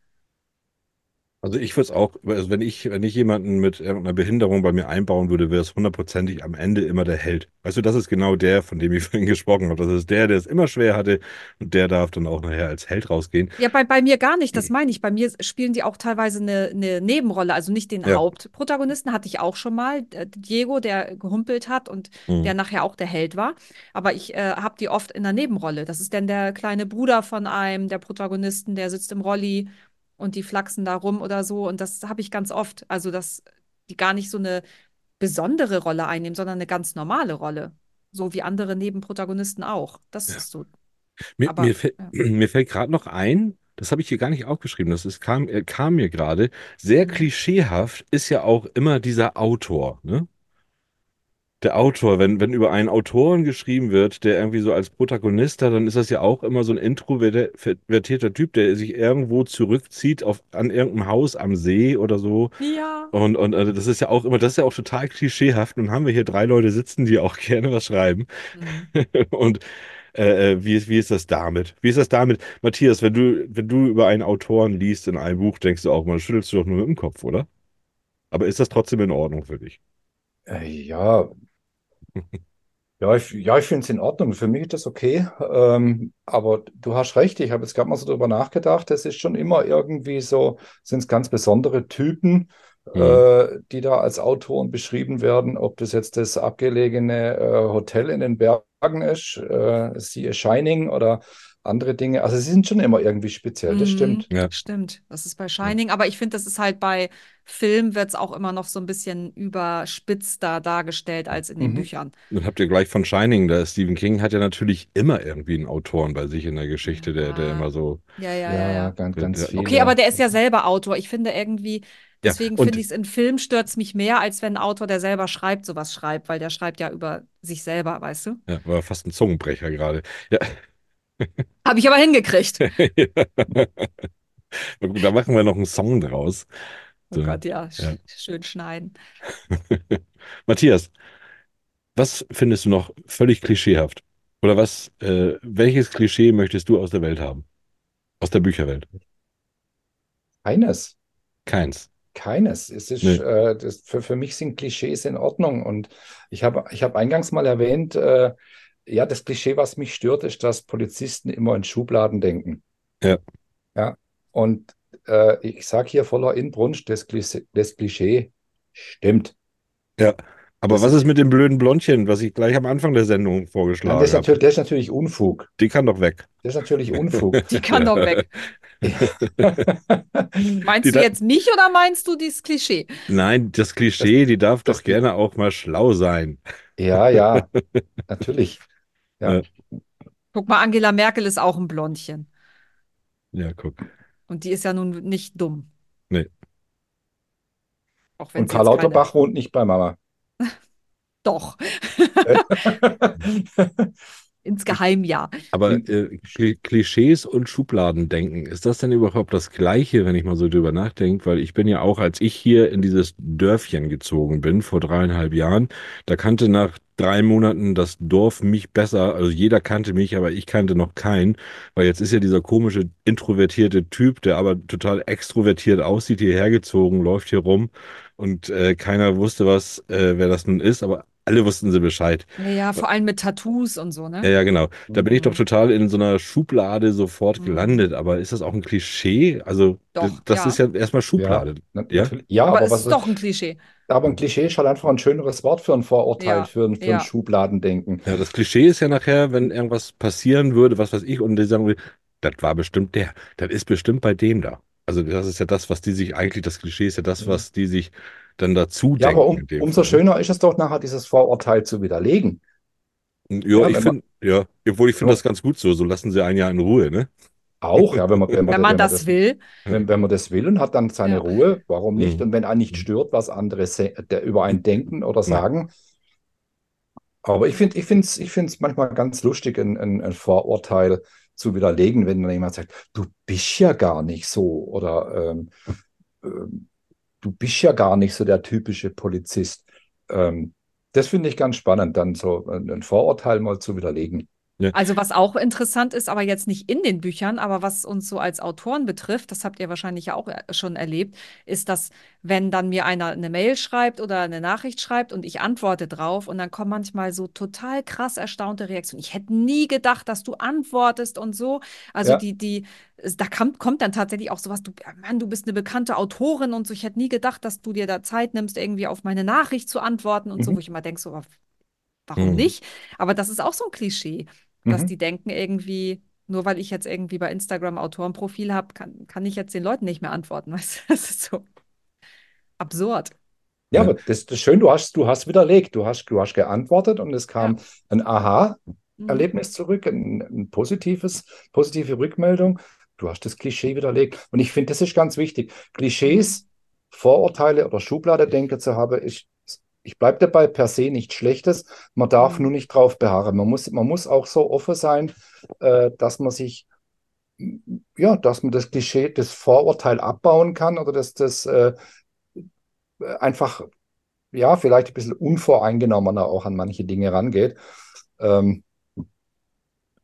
Also ich würde es auch, also wenn ich, wenn ich jemanden mit irgendeiner Behinderung bei mir einbauen würde, wäre es hundertprozentig am Ende immer der Held. Weißt du, das ist genau der, von dem ich vorhin gesprochen habe. Das ist der, der es immer schwer hatte und der darf dann auch nachher als Held rausgehen. Ja, bei, bei mir gar nicht, das meine ich. Bei mir spielen die auch teilweise eine, eine Nebenrolle, also nicht den Ja. Hauptprotagonisten, hatte ich auch schon mal. äh, Diego, der gehumpelt hat und der Mhm. nachher auch der Held war. Aber ich äh, habe die oft in der Nebenrolle. Das ist dann der kleine Bruder von einem der Protagonisten, der sitzt im Rolli und die flachsen da rum oder so. Und das habe ich ganz oft. Also, dass die gar nicht so eine besondere Rolle einnehmen, sondern eine ganz normale Rolle. So wie andere Nebenprotagonisten auch. Das Ja. ist so. Mir, mir, Aber fäll- ja. mir fällt gerade noch ein, das habe ich hier gar nicht aufgeschrieben, das ist, kam, äh, kam mir gerade, sehr Hm. klischeehaft ist ja auch immer dieser Autor, ne? Der Autor, wenn, wenn über einen Autoren geschrieben wird, der irgendwie so als Protagonist da, dann ist das ja auch immer so ein introvertierter Typ, der sich irgendwo zurückzieht auf, an irgendeinem Haus am See oder so. Ja. Und, und äh, das ist ja auch immer, das ist ja auch total klischeehaft. Nun haben wir hier drei Leute sitzen, die auch gerne was schreiben. Hm. Und äh, äh, wie ist, wie ist das damit? Wie ist das damit? Matthias, wenn du, wenn du über einen Autoren liest in einem Buch, denkst du auch mal, schüttelst du doch nur mit dem Kopf, oder? Aber ist das trotzdem in Ordnung für dich? Äh, ja, ja, ich, ja, ich finde es in Ordnung. Für mich ist das okay. Ähm, aber du hast recht, ich habe jetzt gerade mal so drüber nachgedacht. Es ist schon immer irgendwie so, sind es ganz besondere Typen, Hm. äh, die da als Autoren beschrieben werden. Ob das jetzt das abgelegene äh, Hotel in den Bergen ist, äh, siehe Shining oder andere Dinge. Also sie sind schon immer irgendwie speziell, das Mhm, stimmt. Ja. stimmt. Das ist bei Ja. Shining, aber ich finde, das ist halt bei Film wird es auch immer noch so ein bisschen überspitzter dargestellt als in den Mhm. Büchern. Dann habt ihr gleich von Shining, da Stephen King hat ja natürlich immer irgendwie einen Autoren bei sich in der Geschichte, der, der Ja, immer so, ja, ja, ja, Ja, ja. ganz, der, ganz der auch, Okay, aber viele. der ist ja selber Autor. Ich finde irgendwie, ja, deswegen finde und ich es in Film stört es mich mehr, als wenn ein Autor, der selber schreibt, sowas schreibt, weil der schreibt ja über sich selber, weißt du? ja, war fast ein Zungenbrecher gerade. Ja. Habe ich aber hingekriegt. Na gut, da machen wir noch einen Song draus. Oh So, Gott, ja, ja. sch schön schneiden. Matthias, was findest du noch völlig klischeehaft? Oder was, äh, welches Klischee möchtest du aus der Welt haben? Aus der Bücherwelt? Eines. Keins. Keines. Es ist, Nee. äh, das, für, für mich sind Klischees in Ordnung. Und ich habe ich hab eingangs mal erwähnt, äh, ja, das Klischee, was mich stört, ist, dass Polizisten immer in Schubladen denken. Ja, Ja. Und äh, ich sage hier voller Inbrunst, das Klischee, das Klischee stimmt. ja. Aber Das was ist ist, mit dem blöden Blondchen, was ich gleich am Anfang der Sendung nein, das vorgeschlagen ist habe? natürlich, das ist natürlich Unfug. Die kann doch weg. Das ist natürlich Unfug. Die kann Ja. doch weg. Die Meinst du da, jetzt mich oder meinst du dieses Klischee? nein, das Das, Klischee, die darf doch das, gerne auch mal schlau sein. ja, ja, natürlich. Ja. Ja, Guck mal, Angela Merkel ist auch ein Blondchen. ja, guck. Und die ist ja nun nicht dumm, Nee. auch wenn Und sie Karl jetzt keine. Lauterbach wohnt nicht bei Mama. Doch, Ich, insgeheim ja. aber In, äh, Kli- Klischees und Schubladendenken, ist das denn überhaupt das Gleiche, wenn ich mal so drüber nachdenke? Weil ich bin ja auch, als ich hier in dieses Dörfchen gezogen bin, vor dreieinhalb Jahren, da kannte nach drei Monaten das Dorf mich besser. Also jeder kannte mich, aber ich kannte noch keinen. Weil jetzt ist ja dieser komische, introvertierte Typ, der aber total extrovertiert aussieht, hierher gezogen, läuft hier rum und äh, keiner wusste was, äh, wer das nun ist, aber alle wussten sie Bescheid. Ja, ja, vor allem mit Tattoos und so, Ja, ne? ja, genau. Da bin ich doch Mhm. total in so einer Schublade sofort Mhm. gelandet. Aber ist das auch ein Klischee? Also, d- Doch, das ist ja. ja erstmal ja, Schublade. na, Ja? natürlich. Ja, Aber aber es was, ist doch ein Klischee. aber ein Klischee ist halt einfach ein schöneres Wort für ein Vorurteil, Ja, für ein, für ein ja. Schubladendenken. Ja, das Klischee ist ja nachher, wenn irgendwas passieren würde, was weiß ich, und die sagen, das war bestimmt der. Das ist bestimmt bei dem da. Also, das ist ja das, was die sich eigentlich, das Klischee ist ja das, Ja, was die sich dann dazu ja, aber denken um, in dem umso Fall. schöner ist es doch nachher, dieses Vorurteil zu widerlegen. Ja, Ja, ich wenn man, finde, ja, obwohl ich wenn finde das man ganz gut so. So lassen sie einen ja in Ruhe, ne? auch, ja, wenn man, wenn man, Wenn da- man wenn man das das, will. wenn, wenn man das will und hat dann seine Ja. Ruhe, warum nicht? Mhm. Und wenn einen nicht stört, was andere se- der über einen denken oder Nein. sagen. Aber ich finde, ich finde es, ich finde es manchmal ganz lustig, ein, ein, ein Vorurteil zu widerlegen, wenn dann jemand sagt, du bist ja gar nicht so oder ähm, ähm, du bist ja gar nicht so der typische Polizist. Ähm, das finde ich ganz spannend, dann so ein, ein Vorurteil mal zu widerlegen. Ja. Also was auch interessant ist, aber jetzt nicht in den Büchern, aber was uns so als Autoren betrifft, das habt ihr wahrscheinlich ja auch äh, schon erlebt, ist, dass wenn dann mir einer eine Mail schreibt oder eine Nachricht schreibt und ich antworte drauf und dann kommen manchmal so total krass erstaunte Reaktionen. Ich hätte nie gedacht, dass du antwortest und so. Also Ja. die, die, es- da kommt, kommt dann tatsächlich auch sowas, du, ja, Mann, du bist eine bekannte Autorin und so. Ich hätte nie gedacht, dass du dir da Zeit nimmst, irgendwie auf meine Nachricht zu antworten und so, Mhm. wo ich immer denke, so, warum Mhm. nicht? Aber das ist auch so ein Klischee, dass Mhm. die denken irgendwie, nur weil ich jetzt irgendwie bei Instagram Autorenprofil habe, kann, kann ich jetzt den Leuten nicht mehr antworten. Weißt du? Das ist so absurd. Ja, Ja. aber das, das ist schön, du hast, du hast widerlegt, du hast, du hast geantwortet und es Ja. kam ein Mhm. Aha-Erlebnis zurück, ein, ein positives, positive Rückmeldung. Du hast das Klischee widerlegt. Und ich finde, das ist ganz wichtig. Mhm. Klischees, Vorurteile oder Schubladedenken zu haben, ist, ich bleibe dabei, per se nichts Schlechtes. Man darf nur Mhm. nicht drauf beharren. Man muss, man muss auch so offen sein, äh, dass man sich, ja, dass man das Klischee, das Vorurteil abbauen kann oder dass das äh, einfach ja, vielleicht ein bisschen unvoreingenommener auch an manche Dinge rangeht. Ähm,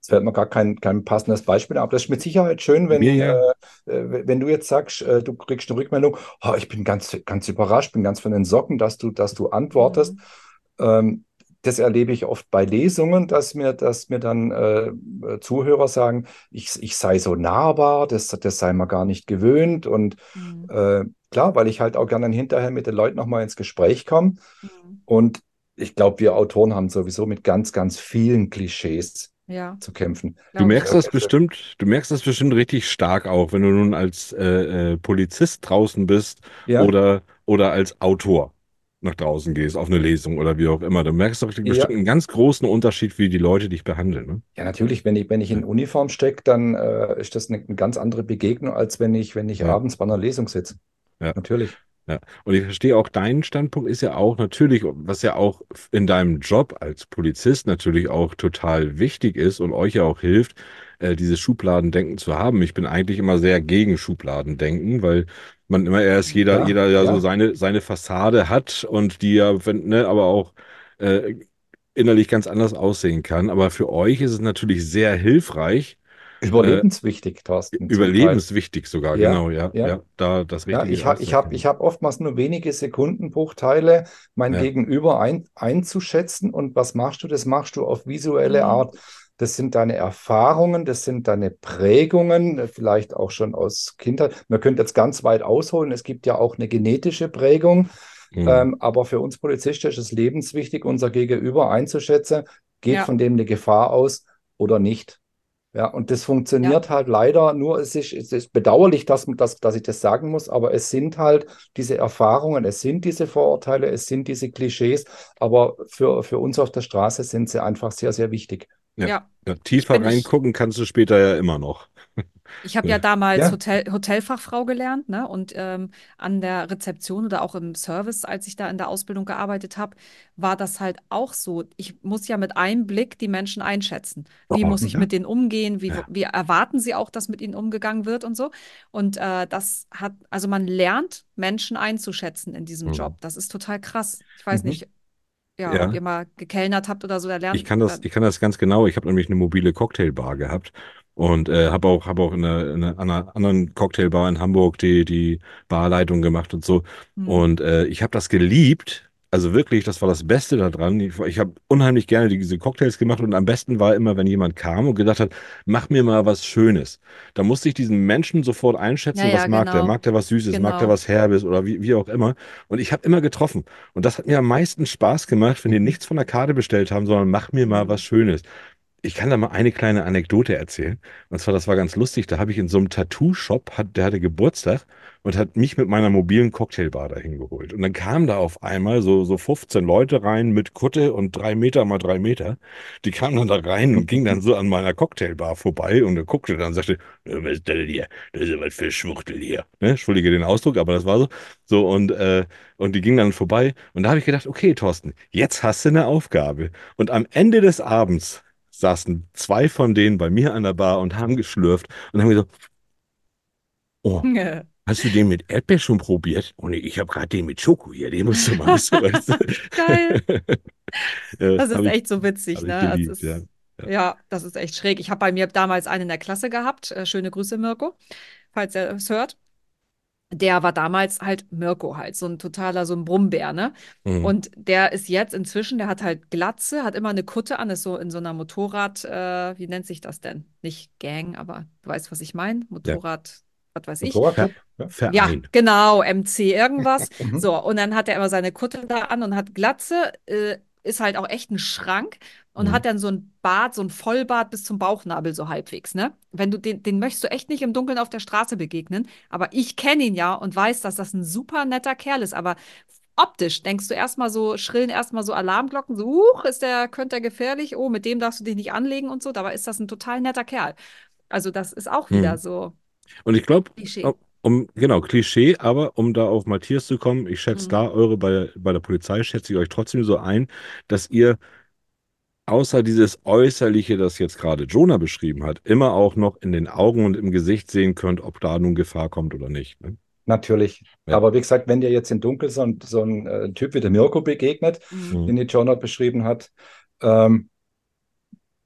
Es fällt mir gar kein, kein passendes Beispiel, aber das ist mit Sicherheit schön, wenn, Mir ja. äh, äh, wenn du jetzt sagst, äh, du kriegst eine Rückmeldung, oh, ich bin ganz, ganz überrascht, bin ganz von den Socken, dass du, dass du antwortest. Mhm. Ähm, das erlebe ich oft bei Lesungen, dass mir, dass mir dann äh, Zuhörer sagen, ich, ich sei so nahbar, das, das sei mir gar nicht gewöhnt. Und Mhm. äh, klar, weil ich halt auch gerne dann hinterher mit den Leuten nochmal ins Gespräch komme. Mhm. Und ich glaube, wir Autoren haben sowieso mit ganz, ganz vielen Klischees Ja, zu kämpfen. Du glaube ich merkst auch. das bestimmt, du merkst das bestimmt richtig stark auch, wenn du nun als äh, äh, Polizist draußen bist Ja, oder, oder als Autor nach draußen gehst, auf eine Lesung oder wie auch immer. Du merkst doch ja, bestimmt einen ganz großen Unterschied, wie die Leute dich behandeln. Ne? ja, natürlich, wenn ich, wenn ich Ja, in Uniform stecke, dann äh, ist das eine, eine ganz andere Begegnung, als wenn ich, wenn ich ja, abends bei einer Lesung sitze. ja. Natürlich. Ja, und ich verstehe auch, dein Standpunkt ist ja auch natürlich, was ja auch in deinem Job als Polizist natürlich auch total wichtig ist und euch ja auch hilft, äh, dieses Schubladendenken zu haben. Ich bin eigentlich immer sehr gegen Schubladendenken, weil man immer erst jeder, Ja, jeder ja so ja. seine, seine Fassade hat und die ja, wenn, ne, aber auch äh, innerlich ganz anders aussehen kann. Aber für euch ist es natürlich sehr hilfreich, äh, Überlebenswichtig, Thorsten, zum Teil. überlebenswichtig sogar, Ja, genau, ja, ja. ja, da das Ja, Richtige ich habe ich hab, ich rauszuerkennen. hab oftmals nur wenige Sekundenbruchteile, mein Ja. Gegenüber ein, einzuschätzen. Und was machst du? Das machst du auf visuelle Mhm. Art. Das sind deine Erfahrungen, das sind deine Prägungen, äh, vielleicht auch schon aus Kindheit. Man könnte jetzt ganz weit ausholen. Es gibt ja auch eine genetische Prägung. Mhm. Ähm, aber für uns Polizisten ist es lebenswichtig, unser Gegenüber einzuschätzen. Geht Ja, von dem eine Gefahr aus oder nicht? Ja, und das ja, funktioniert halt leider nur, es ist, es ist bedauerlich, dass, dass, dass ich das sagen muss, aber es sind halt diese Erfahrungen, es sind diese Vorurteile, es sind diese Klischees, aber für, für uns auf der Straße sind sie einfach sehr, sehr wichtig. Ja. ja. Ja, Ich tiefer bin, ich, reingucken kannst du später ja immer noch. Ich habe ja Ja. damals Ja, Hotel, Hotelfachfrau gelernt, ne? Und ähm, an der Rezeption oder auch im Service, als ich da in der Ausbildung gearbeitet habe, war das halt auch so. Ich muss ja mit einem Blick die Menschen einschätzen. Wie Oh, muss ich ja. mit denen umgehen? Wie, ja. wie erwarten sie auch, dass mit ihnen umgegangen wird und so? Und äh, das hat, also man lernt, Menschen einzuschätzen in diesem Mhm. Job. Das ist total krass. Ich weiß Mhm. nicht, ja, ob Ja, ihr mal gekellnert habt oder so, da ich lernt, kann das, da, ich kann das ganz genau. Ich habe nämlich eine mobile Cocktailbar gehabt und äh, habe auch, hab auch in einer, in einer einer anderen Cocktailbar in Hamburg die, die Barleitung gemacht und so. hm. Und äh, ich habe das geliebt. Also wirklich, das war das Beste daran. Ich, ich habe unheimlich gerne diese Cocktails gemacht und am besten war immer, wenn jemand kam und gesagt hat, mach mir mal was Schönes. Da musste ich diesen Menschen sofort Ja, einschätzen, was ja, mag der? genau, Mag der was Süßes? Mag der genau. was Herbes? Oder wie, wie auch immer. Und ich habe immer getroffen. Und das hat mir am meisten Spaß gemacht, wenn die Mhm. nichts von der Karte bestellt haben, sondern mach mir mal was Hm. Schönes. Ich kann da mal eine kleine Anekdote erzählen. Und zwar, das war ganz lustig. Da habe ich in so einem Tattoo-Shop, hat, der hatte Geburtstag und hat mich mit meiner mobilen Cocktailbar dahin geholt. Und dann kamen da auf einmal so, so fünfzehn Leute rein mit Kutte und drei Meter mal drei Meter. Die kamen dann da rein und gingen dann so an meiner Cocktailbar vorbei und er guckte dann und sagte, "Äh, was ist das denn hier? Das ist ja was für Schwuchtel hier. Ne? Entschuldige den Ausdruck, aber das war so. So und, äh, und die gingen dann vorbei. Und da habe ich gedacht, okay, Thorsten, jetzt hast du eine Aufgabe. Und am Ende des Abends saßen zwei von denen bei mir an der Bar und haben geschlürft und haben gesagt, oh, hast du den mit Erdbeer schon probiert? Oh nee, ich habe gerade den mit Schoko hier, den musst du mal wissen, weißt Geil. du? Ja, Das ist habe ich, echt so witzig, hab ich ne? Es geliebt, ja. ist, Ja. ja, das ist echt schräg. Ich habe bei mir damals einen in der Klasse gehabt. Äh, schöne Grüße, Mirko, falls er es hört. Der war damals halt Mirko halt, so ein totaler, so ein Brummbär, ne? Mhm. Und der ist jetzt inzwischen, der hat halt Glatze, hat immer eine Kutte an, ist so in so einer Motorrad, äh, wie nennt sich das denn? Nicht Gang, aber du weißt, was ich meine. Ja. Motorrad, was weiß ich. Ver Motorradclub? Ja. Ja, Verein. genau, M C irgendwas. Mhm. So, und dann hat er immer seine Kutte da an und hat Glatze, äh, ist halt auch echt ein Schrank und Mhm. hat dann so ein Bart, so ein Vollbart bis zum Bauchnabel so halbwegs, ne? Wenn du den, den möchtest du echt nicht im Dunkeln auf der Straße begegnen, aber ich kenne ihn ja und weiß, dass das ein super netter Kerl ist, aber optisch denkst du erstmal so, schrillen erstmal so Alarmglocken, so, huch, ist der, könnte er gefährlich, oh, mit dem darfst du dich nicht anlegen und so, dabei ist das ein total netter Kerl. Also das ist auch wieder Mhm. so Und ich glaube, Klischee. um, genau, Klischee, aber um da auf Matthias zu kommen, ich schätze Mhm. da eure, bei, bei der Polizei schätze ich euch trotzdem so ein, dass ihr außer dieses Äußerliche, das jetzt gerade Jonah beschrieben hat, immer auch noch in den Augen und im Gesicht sehen könnt, ob da nun Gefahr kommt oder nicht. Ne? Natürlich. Ja. Aber wie gesagt, wenn dir jetzt im Dunkeln so ein, so ein äh, Typ wie der Mirko begegnet, Mhm. Mhm. den die Jonah beschrieben hat, ähm,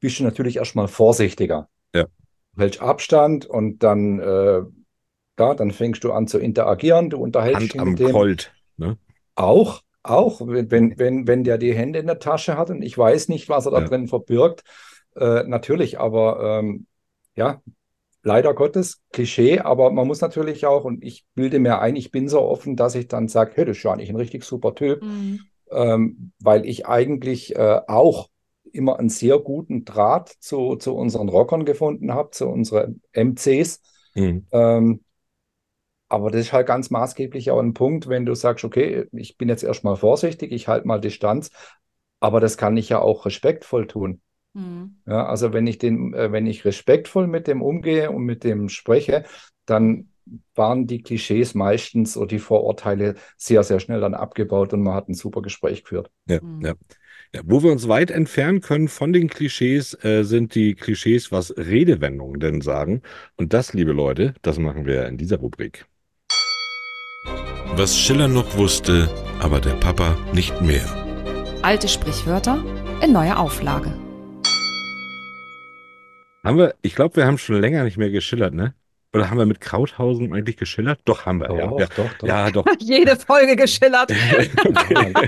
bist du natürlich erstmal vorsichtiger. Ja. Du hältst Abstand und dann, äh, ja, dann fängst du an zu interagieren, du unterhältst Hand dich am mit dem. Colt, ne? Auch, auch, wenn, wenn, wenn wenn der die Hände in der Tasche hat und ich weiß nicht, was er da Ja. drin verbirgt, äh, natürlich, aber ähm, ja, leider Gottes, Klischee, aber man muss natürlich auch, und ich bilde mir ein, ich bin so offen, dass ich dann sage, hey, das ist ja eigentlich ein richtig super Typ, Mhm. ähm, weil ich eigentlich äh, auch immer einen sehr guten Draht zu, zu unseren Rockern gefunden habe, zu unseren M Cs. Mhm. Ähm, aber das ist halt ganz maßgeblich auch ein Punkt, wenn du sagst, okay, ich bin jetzt erstmal vorsichtig, ich halte mal Distanz, aber das kann ich ja auch respektvoll tun. Mhm. Ja, also wenn ich den, äh, wenn ich respektvoll mit dem umgehe und mit dem spreche, dann waren die Klischees meistens oder die Vorurteile sehr, sehr schnell dann abgebaut und man hat ein super Gespräch geführt. Ja, Mhm. ja. Ja, wo wir uns weit entfernen können von den Klischees, äh, sind die Klischees, was Redewendungen denn sagen. Und das, liebe Leute, das machen wir in dieser Rubrik. Was Schiller noch wusste, aber der Papa nicht mehr. Alte Sprichwörter in neuer Auflage. Haben wir, ich glaube, wir haben schon länger nicht mehr geschillert, ne? Oder haben wir mit Krauthausen eigentlich geschillert? Doch, haben wir, ja. Doch, Ja, doch, doch. ja, doch. Jede Folge geschillert. Okay.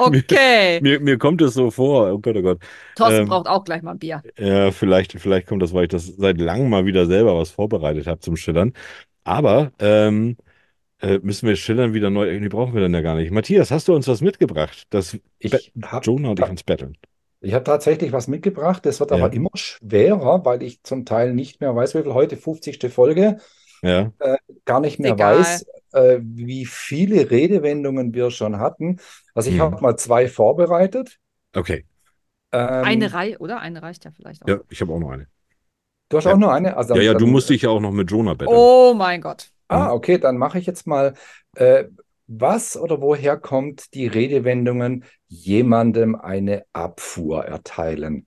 Okay. Mir, mir kommt es so vor, oh Gott, oh Gott. Thorsten Ähm, braucht auch gleich mal ein Bier. ja, vielleicht, vielleicht kommt das, weil ich das seit langem mal wieder selber was vorbereitet habe zum Schillern. Aber ähm, äh, müssen wir Schillern wieder neu, irgendwie brauchen wir dann ja gar nicht. Matthias, hast du uns was mitgebracht? Das Be Ich habe Jonah und ich uns betteln. ich hab tatsächlich was mitgebracht, das wird Ja, aber immer schwerer, weil ich zum Teil nicht mehr weiß, wie viel heute fünfzigste Folge, ja. äh, gar nicht Ist mehr egal. weiß, äh, wie viele Redewendungen wir schon hatten. Also ich Hm. habe mal zwei vorbereitet. Okay. Eine Ähm, Reihe, oder? Eine reicht ja vielleicht auch. Ja, ich habe auch noch eine. Du hast Ja, auch nur eine? Also ja, dann, ja, du dann musst dich ja auch noch mit Jonah betteln. Oh mein Gott. ah, Hm? okay, dann mache ich jetzt mal, äh, was oder woher kommt die Redewendungen jemandem eine Abfuhr erteilen?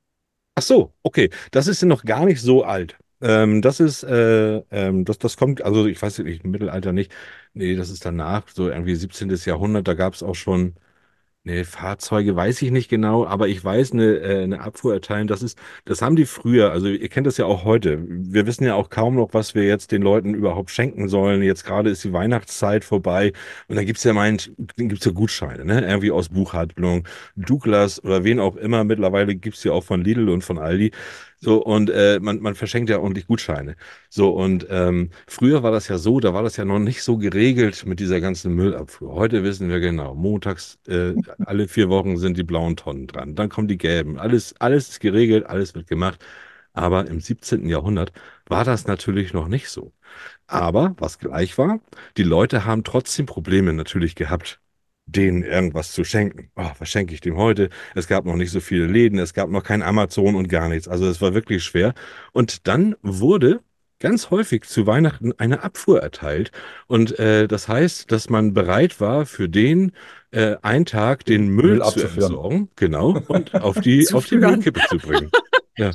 Ach so, okay. Das ist ja noch gar nicht so alt. Ähm, das ist, äh, ähm, das, das kommt, also ich weiß nicht, im Mittelalter nicht. Nee, das ist danach, so irgendwie siebzehnten. Jahrhundert, da gab es auch schon. Nee, Fahrzeuge weiß ich nicht genau, aber ich weiß, eine, äh, eine Abfuhr erteilen, das ist, das haben die früher, also ihr kennt das ja auch heute. Wir wissen ja auch kaum noch, was wir jetzt den Leuten überhaupt schenken sollen. Jetzt gerade ist die Weihnachtszeit vorbei und da gibt's ja meint, gibt's ja Gutscheine, ne? Irgendwie aus Buchhandlung, Douglas oder wen auch immer. Mittlerweile gibt's ja auch von Lidl und von Aldi. So, und äh, man, man verschenkt ja ordentlich Gutscheine. So, und ähm, früher war das ja so, da war das ja noch nicht so geregelt mit dieser ganzen Müllabfuhr. Heute wissen wir genau, montags, äh, alle vier Wochen sind die blauen Tonnen dran. Dann kommen die gelben. Alles, alles ist geregelt, alles wird gemacht. Aber im siebzehnten. Jahrhundert war das natürlich noch nicht so. Aber was gleich war, die Leute haben trotzdem Probleme natürlich gehabt, denen irgendwas zu schenken. Oh, was schenke ich dem heute? Es gab noch nicht so viele Läden, es gab noch kein Amazon und gar nichts. Also es war wirklich schwer. Und dann wurde ganz häufig zu Weihnachten eine Abfuhr erteilt. Und äh, das heißt, dass man bereit war, für den äh, einen Tag den Müll Müll zu abzuführen. entsorgen, genau, und auf die, auf die Zuführen. Müllkippe zu bringen. Ja,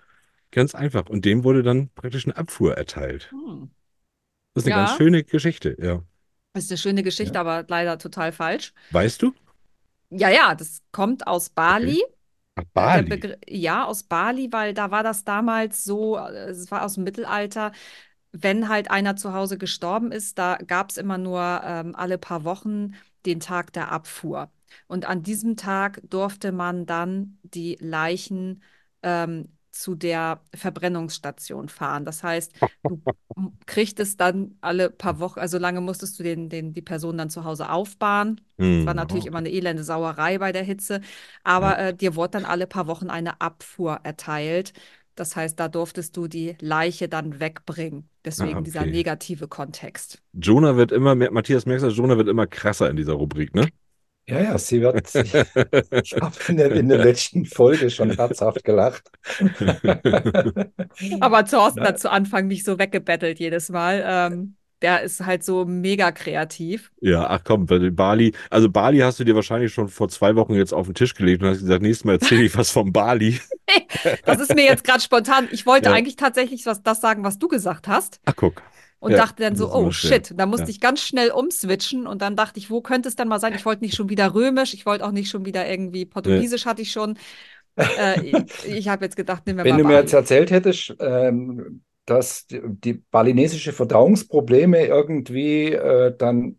ganz einfach. Und dem wurde dann praktisch eine Abfuhr erteilt. Hm. Das ist eine ganz Ja, schöne Geschichte, ja. ist eine schöne Geschichte, Ja. aber leider total falsch. Weißt du? Ja, ja, das kommt aus Okay. Bali. Ach, Äh, Der Bali. Begr ja, aus Bali, weil da war das damals so, äh, es war aus dem Mittelalter, wenn halt einer zu Hause gestorben ist, da gab es immer nur ähm, alle paar Wochen den Tag der Abfuhr. Und an diesem Tag durfte man dann die Leichen ähm, zu der Verbrennungsstation fahren. Das heißt, du m- kriegtest dann alle paar Wochen, also lange musstest du den, den, die Person dann zu Hause aufbahren. Es war Hm, natürlich immer Okay. eine elende Sauerei bei der Hitze, ja. aber äh, dir wurde dann alle paar Wochen eine Abfuhr erteilt. Das heißt, da durftest du die Leiche dann wegbringen. Ah, Deswegen dieser okay. negative Kontext. Jonah wird immer mehr, Matthias, merkst du, Jonah wird immer krasser in dieser Rubrik, ne? Ja, ja, sie wird, ich, ich habe in der, in der letzten Folge schon herzhaft gelacht. Aber Thorsten Na, hat zu Anfang mich so weggebettelt jedes Mal. Ähm, der ist halt so mega kreativ. Ja, ach komm, bei den Bali, also Bali hast du dir wahrscheinlich schon vor zwei Wochen jetzt auf den Tisch gelegt und hast gesagt, nächstes Mal erzähle ich was vom Bali. Das ist mir jetzt gerade spontan. Ich wollte Ja, eigentlich tatsächlich was, das sagen, was du gesagt hast. ach guck. Und Ja, dachte dann das so, ist oh immer schwer. shit. Da musste Ja, ich ganz schnell umswitchen. Und dann dachte ich, wo könnte es denn mal sein? Ich wollte nicht schon wieder Römisch. Ich wollte auch nicht schon wieder irgendwie ne, Portugiesisch hatte ich schon. Äh, ich ich habe jetzt gedacht, nehmen wir Wenn mal du mir jetzt Bali. erzählt hättest, ähm, dass die, die balinesische Verdauungsprobleme irgendwie äh, dann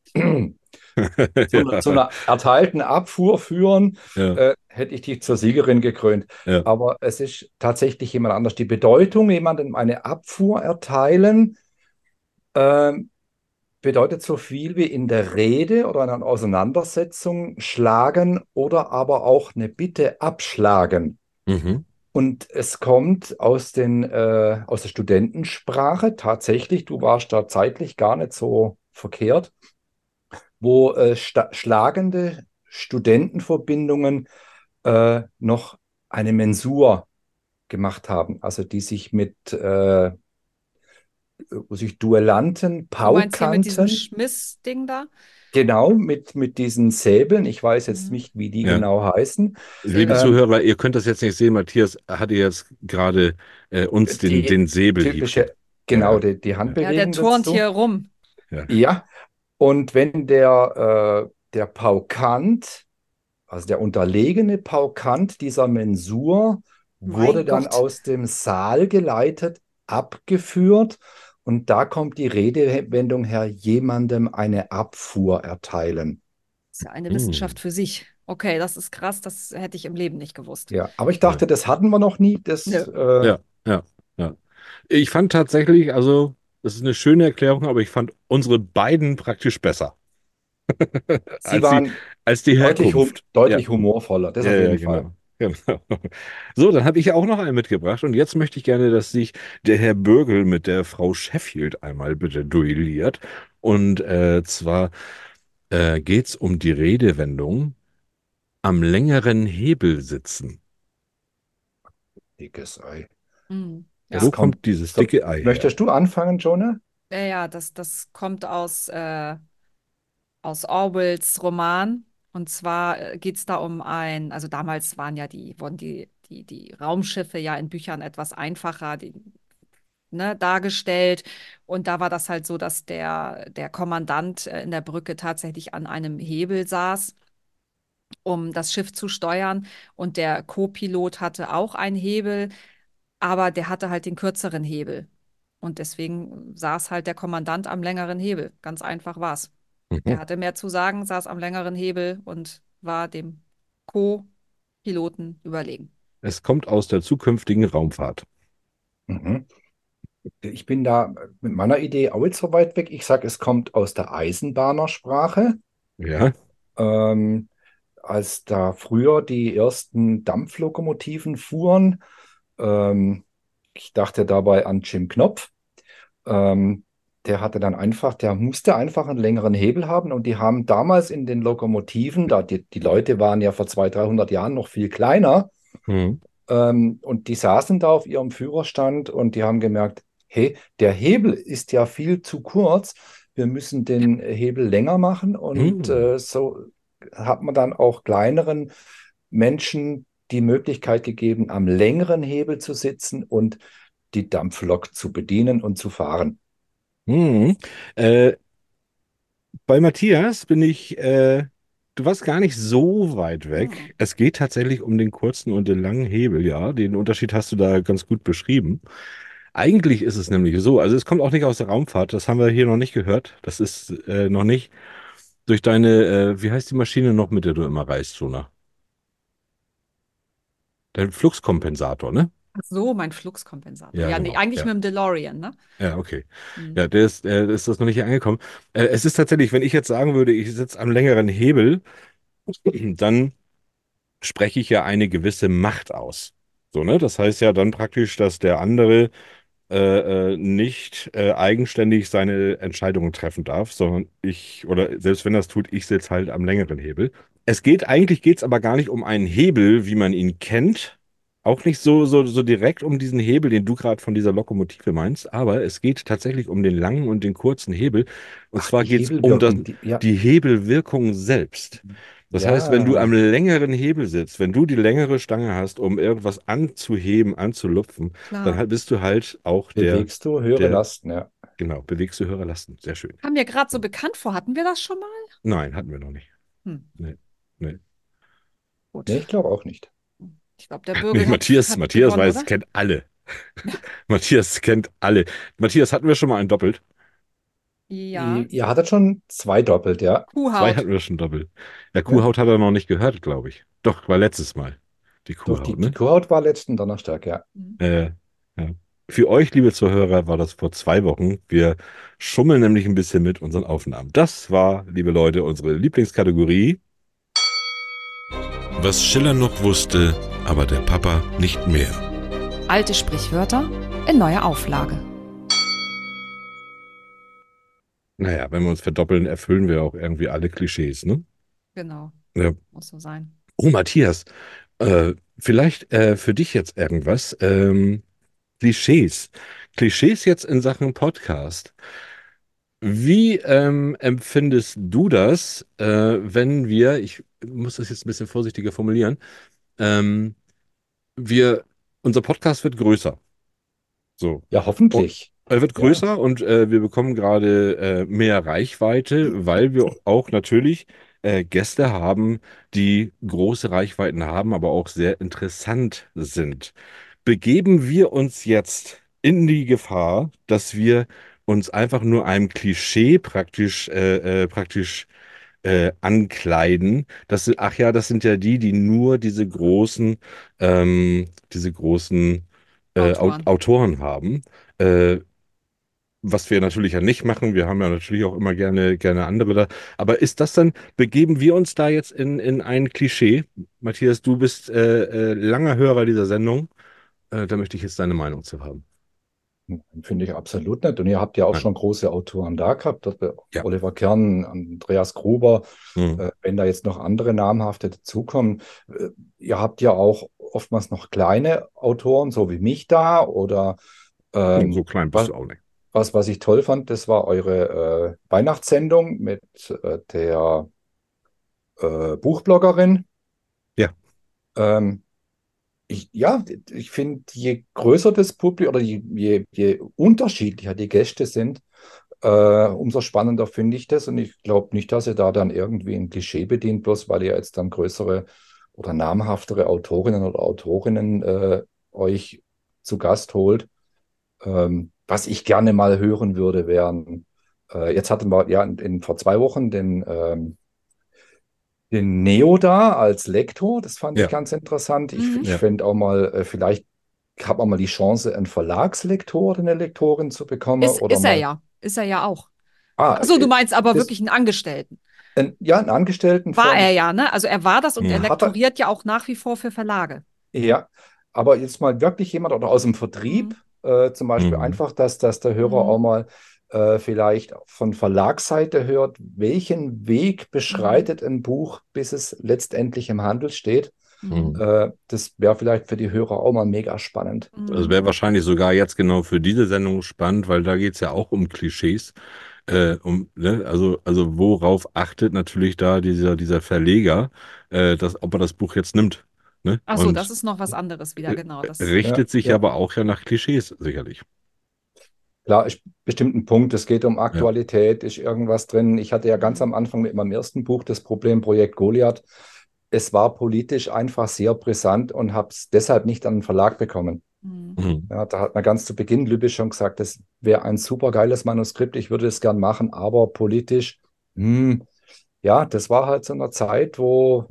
zu einer, zu Ja, einer erteilten Abfuhr führen, ja, äh, hätte ich dich zur Siegerin gekrönt. ja. Aber es ist tatsächlich jemand anders. Die Bedeutung, jemandem eine Abfuhr erteilen, ähm, bedeutet so viel wie in der Rede oder in einer Auseinandersetzung schlagen oder aber auch eine Bitte abschlagen. Mhm. Und es kommt aus den, äh, aus der Studentensprache tatsächlich, du warst da zeitlich gar nicht so verkehrt, wo äh, sta- schlagende Studentenverbindungen äh, noch eine Mensur gemacht haben, also die sich mit, äh, wo sich Duellanten Du meinst hier mit diesem paukanten, Schmiss-Ding da? genau mit, mit diesen Säbeln, ich weiß jetzt Mhm. nicht, wie die Ja. genau heißen, Liebe Säbelhieb. ähm, Zuhörer, ihr könnt das jetzt nicht sehen. Matthias hatte jetzt gerade äh, uns den, die den Säbelhieb ge typische, genau, ja, die, die ja, Ja, der Handbewegung turnt dazu. hier rum. ja. Ja, und wenn der, äh, der Paukant, also der unterlegene Paukant dieser Mensur, wurde Mein dann Gott. aus dem Saal geleitet, abgeführt. Und da kommt die Redewendung her, jemandem eine Abfuhr erteilen. Das ist ja eine Hm. Wissenschaft für sich. Okay, das ist krass, das hätte ich im Leben nicht gewusst. Ja, aber ich Ja, dachte, das hatten wir noch nie. Das, Nö. äh, ja, ja, ja. Ich fand tatsächlich, also, das ist eine schöne Erklärung, aber ich fand unsere beiden praktisch besser sie als die, waren als die deutlich, hum Herkunft. Ja, deutlich humorvoller, das ja, auf ja, jeden Fall. genau. Genau. So, dann habe ich ja auch noch einen mitgebracht und jetzt möchte ich gerne, dass sich der Herr Bürgel mit der Frau Sheffield einmal bitte duelliert. Und äh, zwar äh, geht es um die Redewendung am längeren Hebel sitzen. Dickes Ei. Hm, Das Wo ja. kommt. kommt dieses So, dicke Ei her? möchtest du anfangen, Jonah? Ja, ja, das, das kommt aus, äh, aus Orwells Roman. Und zwar geht es da um ein, also damals waren ja die, wurden die, die, die Raumschiffe ja in Büchern etwas einfacher, die, ne, dargestellt. Und da war das halt so, dass der, der Kommandant äh, in der Brücke tatsächlich an einem Hebel saß, um das Schiff zu steuern. Und der Co-Pilot hatte auch einen Hebel, aber der hatte halt den kürzeren Hebel. Und deswegen saß halt der Kommandant am längeren Hebel. Ganz einfach war's. Mhm. Er hatte mehr zu sagen, saß am längeren Hebel und war dem Co-Piloten überlegen. Es kommt aus der zukünftigen Raumfahrt. Mhm. Ich bin da mit meiner Idee auch nicht so weit weg. Ich sage, es kommt aus der Eisenbahnersprache. Ja. Ähm, als da früher die ersten Dampflokomotiven fuhren, ähm, ich dachte dabei an Jim Knopf. Ähm, der hatte dann einfach, der musste einfach einen längeren Hebel haben und die haben damals in den Lokomotiven, da die, die Leute waren ja vor zweihundert, dreihundert Jahren noch viel kleiner, Mhm. ähm, und die saßen da auf ihrem Führerstand und die haben gemerkt, hey, der Hebel ist ja viel zu kurz. Wir müssen den Hebel länger machen. Und Mhm. äh, so hat man dann auch kleineren Menschen die Möglichkeit gegeben, am längeren Hebel zu sitzen und die Dampflok zu bedienen und zu fahren. Mhm. Äh, Bei Matthias bin ich, äh, du warst gar nicht so weit Hm. weg. Es geht tatsächlich um den kurzen und den langen Hebel, ja. Den Unterschied hast du da ganz gut beschrieben. Eigentlich ist es nämlich so, also es kommt auch nicht aus der Raumfahrt, das haben wir hier noch nicht gehört. Das ist äh, noch nicht durch deine, äh, wie heißt die Maschine noch, mit der du immer reist, Jona? Dein Fluxkompensator, ne? Ach so, mein Fluxkompensator. Ja, Ja, nee, genau. eigentlich Ja. mit dem DeLorean, ne? Ja, okay. Hm. Ja, der ist, äh, ist das noch nicht hier angekommen. Äh, es ist tatsächlich, wenn ich jetzt sagen würde, ich sitze am längeren Hebel, dann spreche ich ja eine gewisse Macht aus. So, ne? Das heißt ja dann praktisch, dass der andere äh, äh, nicht äh, eigenständig seine Entscheidungen treffen darf, sondern ich, oder selbst wenn das tut, ich sitze halt am längeren Hebel. Es geht, eigentlich geht es aber gar nicht um einen Hebel, wie man ihn kennt. Auch nicht so, so, so direkt um diesen Hebel, den du gerade von dieser Lokomotive meinst, aber es geht tatsächlich um den langen und den kurzen Hebel. Und Ach, zwar die geht es um das, Hebelwirkung, die, ja, die Hebelwirkung selbst. Das heißt, wenn du am ja, längeren Hebel sitzt, wenn du die längere Stange hast, um irgendwas anzuheben, anzulupfen, dann Klar. halt bist du halt auch der, bewegst du höhere der, Lasten, ja. genau, bewegst du höhere Lasten. Sehr schön. Kam mir gerade so bekannt vor. Hatten wir das schon mal? Nein, hatten wir noch nicht. Hm, Nee, nee. Nee, gut. ich glaube auch nicht. Ich glaube, der Nee, Bürger hat, Matthias, hat Matthias gewonnen, weiß, oder? kennt alle. Matthias kennt alle. Matthias, hatten wir schon mal einen doppelt? Ja. Ihr, ihr hattet schon zwei doppelt, ja. Zwei Kuhhaut. hatten wir schon doppelt. Ja, Ja. Kuhhaut hat er noch nicht gehört, glaube ich. Doch, war letztes Mal. Die Doch, die, Kuhhaut, die ne? Kurhaut war letzten Donnerstag, ja. Mhm. Äh, ja. Für euch, liebe Zuhörer, war das vor zwei Wochen. Wir schummeln nämlich ein bisschen mit unseren Aufnahmen. Das war, liebe Leute, unsere Lieblingskategorie. Was Schiller noch wusste, aber der Papa nicht mehr. Alte Sprichwörter in neuer Auflage. Naja, wenn wir uns verdoppeln, erfüllen wir auch irgendwie alle Klischees, ne? Genau. Ja. Muss so sein. Oh, Matthias, äh, vielleicht äh, für dich jetzt irgendwas. Ähm, Klischees. Klischees jetzt in Sachen Podcast. Wie ähm, empfindest du das, äh, wenn wir, ich muss das jetzt ein bisschen vorsichtiger formulieren, ähm, wir, unser Podcast wird größer. So. Ja, Und hoffentlich. er wird Ja. größer und äh, wir bekommen gerade äh, mehr Reichweite, weil wir auch natürlich äh, Gäste haben, die große Reichweiten haben, aber auch sehr interessant sind. Begeben wir uns jetzt in die Gefahr, dass wir uns einfach nur einem Klischee praktisch, äh, äh, praktisch äh, ankleiden. Das sind, ach ja, das sind ja die, die nur diese großen, ähm, diese großen äh, Au- Autoren. Autoren haben. Äh, was wir natürlich ja nicht machen. Wir haben ja natürlich auch immer gerne, gerne andere da. Aber ist das dann, begeben wir uns da jetzt in, in ein Klischee? Matthias, du bist äh, äh, langer Hörer dieser Sendung. Äh, da möchte ich jetzt deine Meinung zu haben. Finde ich absolut nicht. Und ihr habt ja auch Nein. schon große Autoren da gehabt. Das wär Ja. Oliver Kern, Andreas Gruber. Hm. Äh, wenn da jetzt noch andere namhafte dazukommen. Äh, ihr habt ja auch oftmals noch kleine Autoren, so wie mich da. Oder Hm, so ähm, klein bist was, du auch nicht. was, was ich toll fand, das war eure äh, Weihnachtssendung mit äh, der äh, Buchbloggerin. Ja. Ähm, Ich, ja, ich finde, je größer das Publikum oder je, je, je unterschiedlicher die Gäste sind, äh, umso spannender finde ich das. Und ich glaube nicht, dass ihr da dann irgendwie ein Klischee bedient, bloß weil ihr jetzt dann größere oder namhaftere Autorinnen oder Autorinnen äh, euch zu Gast holt. Ähm, was ich gerne mal hören würde, wären, äh, jetzt hatten wir ja in, in, vor zwei Wochen den ähm, den Neo da als Lektor, das fand ich Ja. ganz interessant. Ich, Mhm. ich Ja. fände auch mal, äh, vielleicht hat man mal die Chance, einen Verlagslektor oder eine Lektorin zu bekommen. Ist, oder ist er mal, ja. Ist er ja auch. ah, Achso, du äh, meinst aber das, wirklich einen Angestellten. ein, ja, einen Angestellten War er von, ja, ne? Also er war das und er Hm. hat er, lektoriert ja auch nach wie vor für Verlage. ja, aber jetzt mal wirklich jemand oder aus dem Vertrieb, Mhm. äh, zum Beispiel Mhm. einfach, dass, dass der Hörer Mhm. auch mal äh, vielleicht von Verlagsseite hört, welchen Weg beschreitet ein Buch, bis es letztendlich im Handel steht. Mhm. Äh, das wäre vielleicht für die Hörer auch mal mega spannend. Das Mhm. wäre wahrscheinlich sogar jetzt genau für diese Sendung spannend, weil da geht es ja auch um Klischees. Äh, um, ne? Also, also worauf achtet natürlich da dieser, dieser Verleger, äh, dass, ob er das Buch jetzt nimmt. Ne? Achso, das Und ist noch was anderes wieder, äh, genau. Das, Ja, richtet sich ja. aber auch ja nach Klischees, sicherlich. Klar, ist bestimmt ein Punkt. Es geht um Ja. Aktualität, ist irgendwas drin. Ich hatte ja ganz am Anfang mit meinem ersten Buch das Problem Projekt Goliath. Es war politisch einfach sehr brisant und habe es deshalb nicht an den Verlag bekommen. Mhm. Mhm. Ja, da hat man ganz zu Beginn Lübbe schon gesagt, das wäre ein super geiles Manuskript, ich würde es gern machen, aber politisch, hm, ja, das war halt so eine Zeit, wo,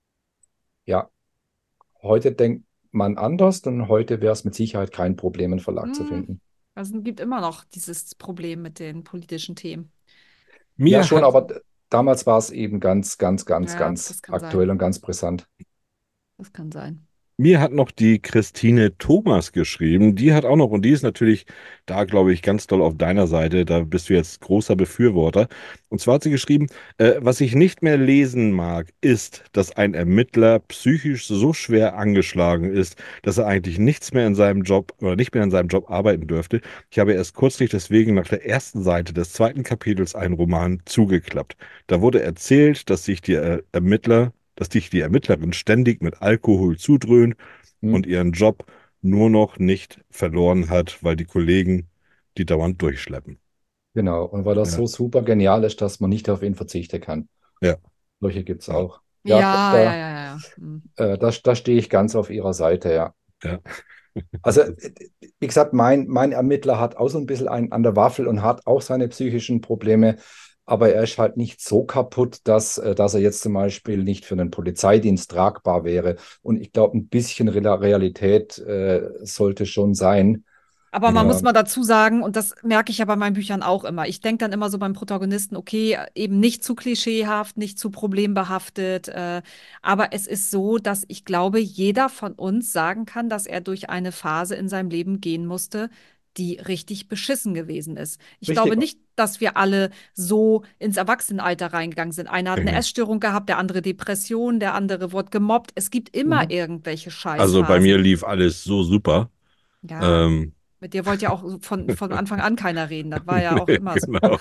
ja, heute denkt man anders und heute wäre es mit Sicherheit kein Problem, einen Verlag zu Mhm. finden. Also es gibt immer noch dieses Problem mit den politischen Themen. Ja, Mir schon, hat, aber d- damals war es eben ganz, ganz, ganz, Ja, ganz das kann aktuell sein. und ganz brisant. Das kann sein. Mir hat noch die Christine Thomas geschrieben. Die hat auch noch, und die ist natürlich da, glaube ich, ganz doll auf deiner Seite. Da bist du jetzt großer Befürworter. Und zwar hat sie geschrieben, äh, was ich nicht mehr lesen mag, ist, dass ein Ermittler psychisch so schwer angeschlagen ist, dass er eigentlich nichts mehr in seinem Job oder nicht mehr in seinem Job arbeiten dürfte. Ich habe erst kürzlich deswegen nach der ersten Seite des zweiten Kapitels einen Roman zugeklappt. Da wurde erzählt, dass sich die äh, Ermittler dass sich die Ermittlerin ständig mit Alkohol zudröhnt Hm, und ihren Job nur noch nicht verloren hat, weil die Kollegen die dauernd durchschleppen. genau. Und weil er Ja, so super genial ist, dass man nicht auf ihn verzichten kann. ja, Solche gibt es ja. auch. Ja, Ja, ja, da, ja, ja. Ja. Hm. äh, da, da stehe ich ganz auf Ihrer Seite, ja. Ja. Also, äh, wie gesagt, mein, mein Ermittler hat auch so ein bisschen einen an der Waffel und hat auch seine psychischen Probleme, aber er ist halt nicht so kaputt, dass, äh, dass er jetzt zum Beispiel nicht für einen Polizeidienst tragbar wäre. Und ich glaube, ein bisschen Re- Realität äh, sollte schon sein. Aber man muss Äh, mal dazu sagen, und das merke ich ja bei meinen Büchern auch immer, ich denke dann immer so beim Protagonisten, okay, eben nicht zu klischeehaft, nicht zu problembehaftet, äh, aber es ist so, dass ich glaube, jeder von uns sagen kann, dass er durch eine Phase in seinem Leben gehen musste, die richtig beschissen gewesen ist. Ich glaube Richtig. nicht, dass wir alle so ins Erwachsenenalter reingegangen sind. Einer hat eine Nee. Essstörung gehabt, der andere Depression, der andere wurde gemobbt. Es gibt immer Mhm. irgendwelche Also bei mir Scheißphasen. lief alles so super. Ja. Ähm, Mit dir wollte ja auch von, von Anfang an keiner reden. Das war ja auch nee, immer so. genau.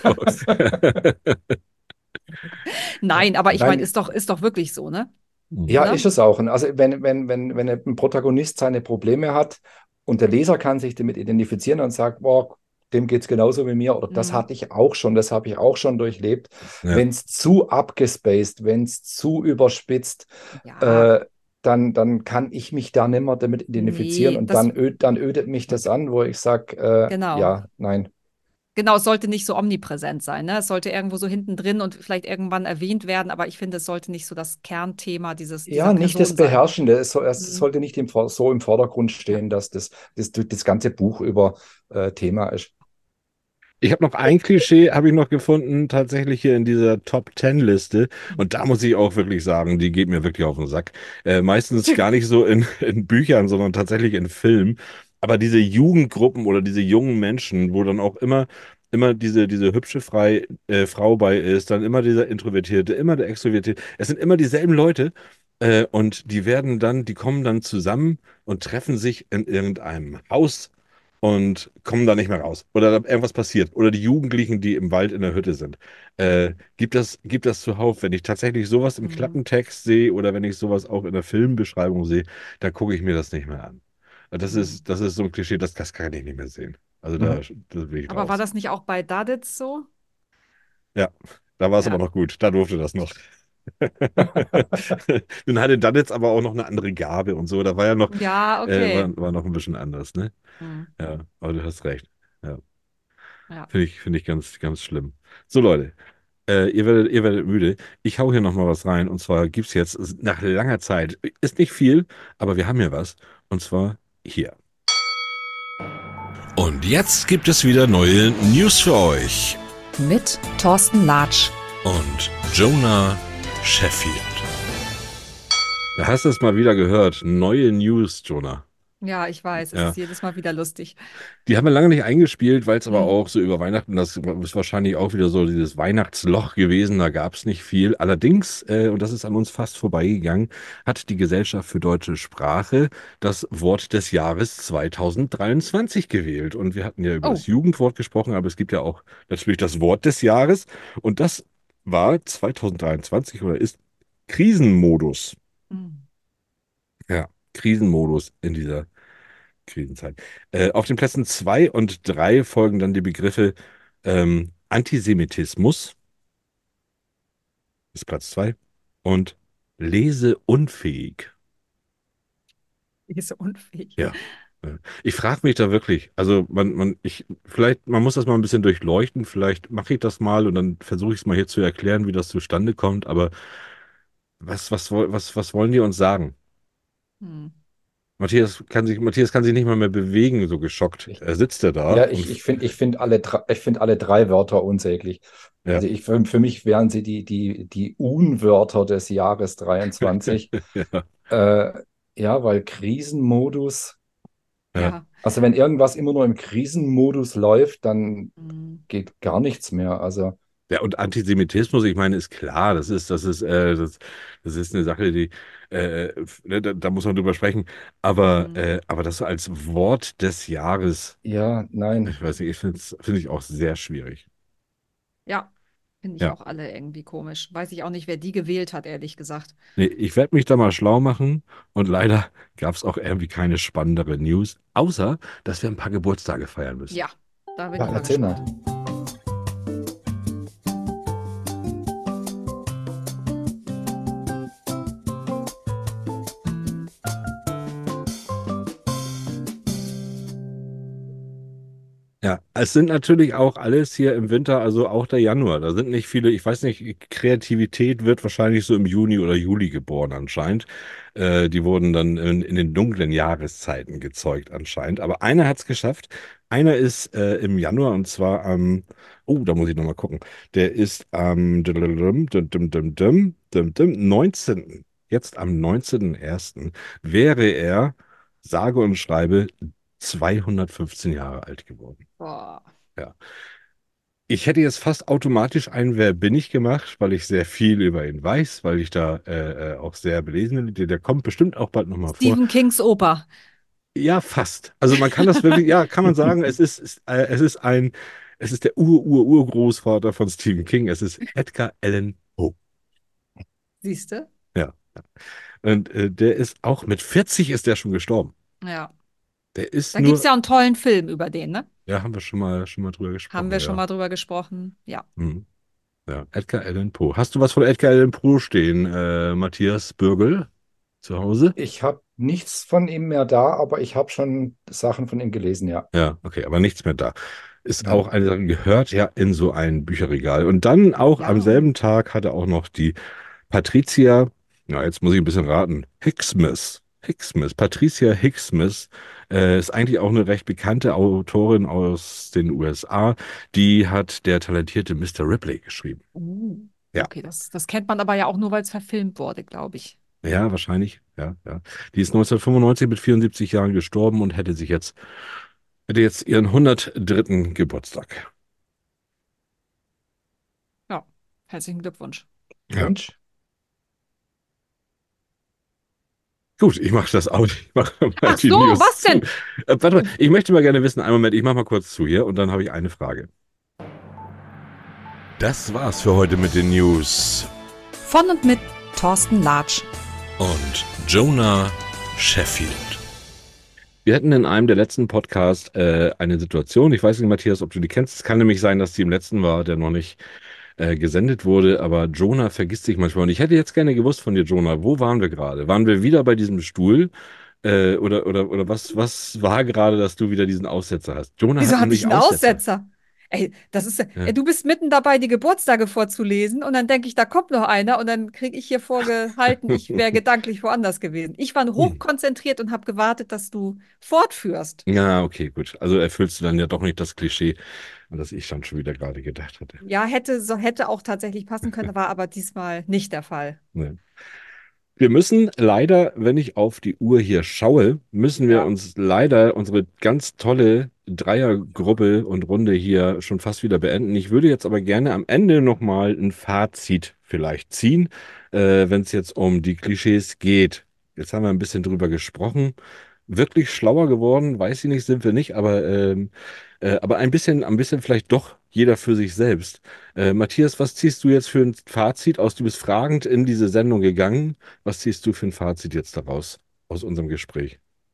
Nein, aber ich meine, Nein, ist doch, ist doch wirklich so, ne? ja, Oder? ist es auch. Und also wenn, wenn, wenn, wenn ein Protagonist seine Probleme hat und der Leser kann sich damit identifizieren und sagt, boah, dem geht es genauso wie mir, oder das Mhm. hatte ich auch schon, das habe ich auch schon durchlebt. Ja. Wenn es zu abgespaced, wenn es zu überspitzt, Ja, äh, dann, dann kann ich mich da nicht mehr damit identifizieren nee, und das, dann, ö dann ödet mich das an, wo ich sage, äh, genau. ja, nein. Genau, es sollte nicht so omnipräsent sein, ne? Es sollte irgendwo so hinten drin und vielleicht irgendwann erwähnt werden, aber ich finde, es sollte nicht so das Kernthema dieses, dieser Ja, nicht das Person sein. Beherrschende. Es, soll, es Mhm. sollte nicht im, Vor- so im Vordergrund Ja. stehen, dass das, das, das ganze Buch über äh, Thema ist. Ich habe noch ein Klischee, habe ich noch gefunden, tatsächlich hier in dieser Top Ten Liste. Und da muss ich auch wirklich sagen, die geht mir wirklich auf den Sack. Äh, meistens gar nicht so in, in Büchern, sondern tatsächlich in Filmen. Aber diese Jugendgruppen oder diese jungen Menschen, wo dann auch immer, immer diese, diese hübsche Frei, äh, Frau bei ist, dann immer dieser Introvertierte, immer der Extrovertierte. Es sind immer dieselben Leute. Äh, und die werden dann, die kommen dann zusammen und treffen sich in irgendeinem Haus und kommen da nicht mehr raus. Oder da irgendwas passiert. Oder die Jugendlichen, die im Wald in der Hütte sind. Äh, gibt das, gibt das zuhauf, wenn ich tatsächlich sowas im Mhm. Klappentext sehe oder wenn ich sowas auch in der Filmbeschreibung sehe, da gucke ich mir das nicht mehr an. Das Mhm. ist, das ist so ein Klischee, das, das kann ich nicht mehr sehen. Also da, Mhm. da bin ich Aber war raus. das nicht auch bei Daditz so? Ja, da war es aber Ja. noch gut. Da durfte das noch. Nun hatte dann jetzt aber auch noch eine andere Gabe und so. Da war ja noch, Ja, äh, okay. war, war noch ein bisschen anders, ne? Mhm. Ja, aber du hast recht. Ja, Ja. finde ich, finde ich ganz, ganz schlimm. So, Leute. Äh, ihr werdet, ihr werdet müde. Ich hau hier noch mal was rein. Und zwar gibt es jetzt nach langer Zeit, ist nicht viel, aber wir haben hier was. Und zwar hier. Und jetzt gibt es wieder neue News für euch. Mit Thorsten Latsch. Und Jonah Sheffield. Da hast du es mal wieder gehört. Neue News, Jonah. Ja, ich weiß, es Ja. ist jedes Mal wieder lustig. Die haben wir lange nicht eingespielt, weil es aber Mhm. auch so über Weihnachten, das ist wahrscheinlich auch wieder so dieses Weihnachtsloch gewesen, da gab es nicht viel. Allerdings, äh, und das ist an uns fast vorbeigegangen, hat die Gesellschaft für deutsche Sprache das Wort des Jahres zweitausenddreiundzwanzig gewählt. Und wir hatten ja über das Oh. Jugendwort gesprochen, aber es gibt ja auch natürlich das Wort des Jahres. Und das war zweitausenddreiundzwanzig oder ist Krisenmodus. Mhm. Ja, Krisenmodus in dieser Krisenzeit. Äh, auf den Plätzen zwei und drei folgen dann die Begriffe ähm, Antisemitismus, ist Platz zwei, und leseunfähig. Die ist so unfähig. Ja. Ja. Ich frage mich da wirklich, also man, man, ich, vielleicht, man muss das mal ein bisschen durchleuchten, vielleicht mache ich das mal und dann versuche ich es mal hier zu erklären, wie das zustande kommt, aber was, was, woll- was, was wollen die uns sagen? Mhm. Matthias kann sich, Matthias kann sich nicht mal mehr bewegen, so geschockt. Ich, Er sitzt ja da ja, und ich, ich finde ich find alle, drei- ich find alle drei Wörter unsäglich. ja. Also ich, für, für mich wären sie die, die, die Unwörter des Jahres dreiundzwanzig. Ja, Äh, ja, weil Krisenmodus, ja. Ja. also wenn irgendwas immer nur im Krisenmodus läuft, dann Mhm. geht gar nichts mehr. Also Ja, und Antisemitismus, ich meine, ist klar, das ist, das ist, äh, das, das ist eine Sache, die, äh, f- ne, da, da muss man drüber sprechen. Aber, Mhm. äh, aber das so als Wort des Jahres, ja, nein. ich weiß nicht, ich finde es, finde ich auch sehr schwierig. Ja, finde ich Ja. auch alle irgendwie komisch. Weiß ich auch nicht, wer die gewählt hat, ehrlich gesagt. Nee, ich werde mich da mal schlau machen und leider gab es auch irgendwie keine spannendere News, außer, dass wir ein paar Geburtstage feiern müssen. Ja, da bin Ja, ich mal erzähl mal. gespannt. Ja, es sind natürlich auch alles hier im Winter, also auch der Januar. Da sind nicht viele, ich weiß nicht, Kreativität wird wahrscheinlich so im Juni oder Juli geboren anscheinend. Äh, die wurden dann in, in den dunklen Jahreszeiten gezeugt anscheinend. Aber einer hat es geschafft. Einer ist äh, im Januar und zwar am, oh, da muss ich nochmal gucken. Der ist am dum, dum, dum, dum, dum, dum, dum, neunzehnten. Jetzt am neunzehnten ersten wäre er, sage und schreibe, zweihundertfünfzehn Jahre alt geworden. Boah. Ja. Ich hätte jetzt fast automatisch einen Wer bin ich gemacht, weil ich sehr viel über ihn weiß, weil ich da äh, äh, auch sehr belesen bin. Der, der kommt bestimmt auch bald nochmal vor. Stephen Kings Opa. Ja, fast. Also man kann das wirklich, ja, kann man sagen, es ist, ist, äh, es ist ein, es ist der Ur-Ur-Urgroßvater von Stephen King. Es ist Edgar Allan Poe. Siehst du? Ja. Und äh, der ist auch mit vierzig ist der schon gestorben. Ja. Der ist Da gibt nur, es ja einen tollen Film über den, ne? ja, haben wir schon mal, schon mal drüber Haben gesprochen, wir schon ja. mal drüber gesprochen. Ja. Mhm. Ja, Edgar Allan Poe. Hast du was von Edgar Allan Poe stehen, äh, Matthias Bürgel, zu Hause? Ich habe nichts von ihm mehr da, aber ich habe schon Sachen von ihm gelesen, ja. Ja, okay, aber nichts mehr da. Ist auch Nein. eine Sache, gehört ja in so ein Bücherregal. Und dann auch am Ja. selben Tag hatte auch noch die Patricia, na, jetzt muss ich ein bisschen raten, Hicksmith. Hicksmith, Patricia Hicksmith, äh, ist eigentlich auch eine recht bekannte Autorin aus den U S A. Die hat der talentierte Mister Ripley geschrieben. Uh, Ja. okay, das, das kennt man aber ja auch nur, weil es verfilmt wurde, glaube ich. Ja, wahrscheinlich. Ja, ja. Die ist neunzehnhundertfünfundneunzig mit vierundsiebzig Jahren gestorben und hätte sich jetzt, hätte jetzt ihren hundertdritten Geburtstag. Ja, herzlichen Glückwunsch. Ja. Mensch, Gut, ich mache das aus. Ich mache mal Ach die so, News was zu. denn? Äh, warte mal, ich möchte mal gerne wissen, einen Moment, ich mache mal kurz zu hier und dann habe ich eine Frage. Das war's für heute mit den News. Von und mit Thorsten Latsch. Und Jonah Sheffield. Wir hatten in einem der letzten Podcasts äh, eine Situation, ich weiß nicht, Matthias, ob du die kennst. Es kann nämlich sein, dass die im letzten war, der noch nicht äh, gesendet wurde, aber Jonah vergisst sich manchmal. Und ich hätte jetzt gerne gewusst von dir, Jonah, wo waren wir gerade? Waren wir wieder bei diesem Stuhl? Äh, oder, oder, oder was, was war gerade, dass du wieder diesen Aussetzer hast? Jonah Wieso hat hatte ich nämlich einen Aussetzer. Aussetzer? Ey, das ist, Ja. ey, du bist mitten dabei, die Geburtstage vorzulesen und dann denke ich, da kommt noch einer und dann kriege ich hier vorgehalten, ich wäre gedanklich woanders gewesen. Ich war hochkonzentriert und habe gewartet, dass du fortführst. Ja, okay, gut. Also erfüllst du dann ja doch nicht das Klischee, an das ich dann schon wieder gerade gedacht hatte. Ja, hätte, so, hätte auch tatsächlich passen können, war aber diesmal nicht der Fall. Nee. Wir müssen leider, wenn ich auf die Uhr hier schaue, müssen wir Ja. uns leider unsere ganz tolle Dreiergruppe und Runde hier schon fast wieder beenden. Ich würde jetzt aber gerne am Ende nochmal ein Fazit vielleicht ziehen, äh, wenn es jetzt um die Klischees geht. Jetzt haben wir ein bisschen drüber gesprochen. Wirklich schlauer geworden, weiß ich nicht, sind wir nicht, aber, ähm, äh, aber ein bisschen, ein bisschen vielleicht doch jeder für sich selbst. Äh, Matthias, was ziehst du jetzt für ein Fazit aus? Du bist fragend in diese Sendung gegangen. Was ziehst du für ein Fazit jetzt daraus, aus unserem Gespräch?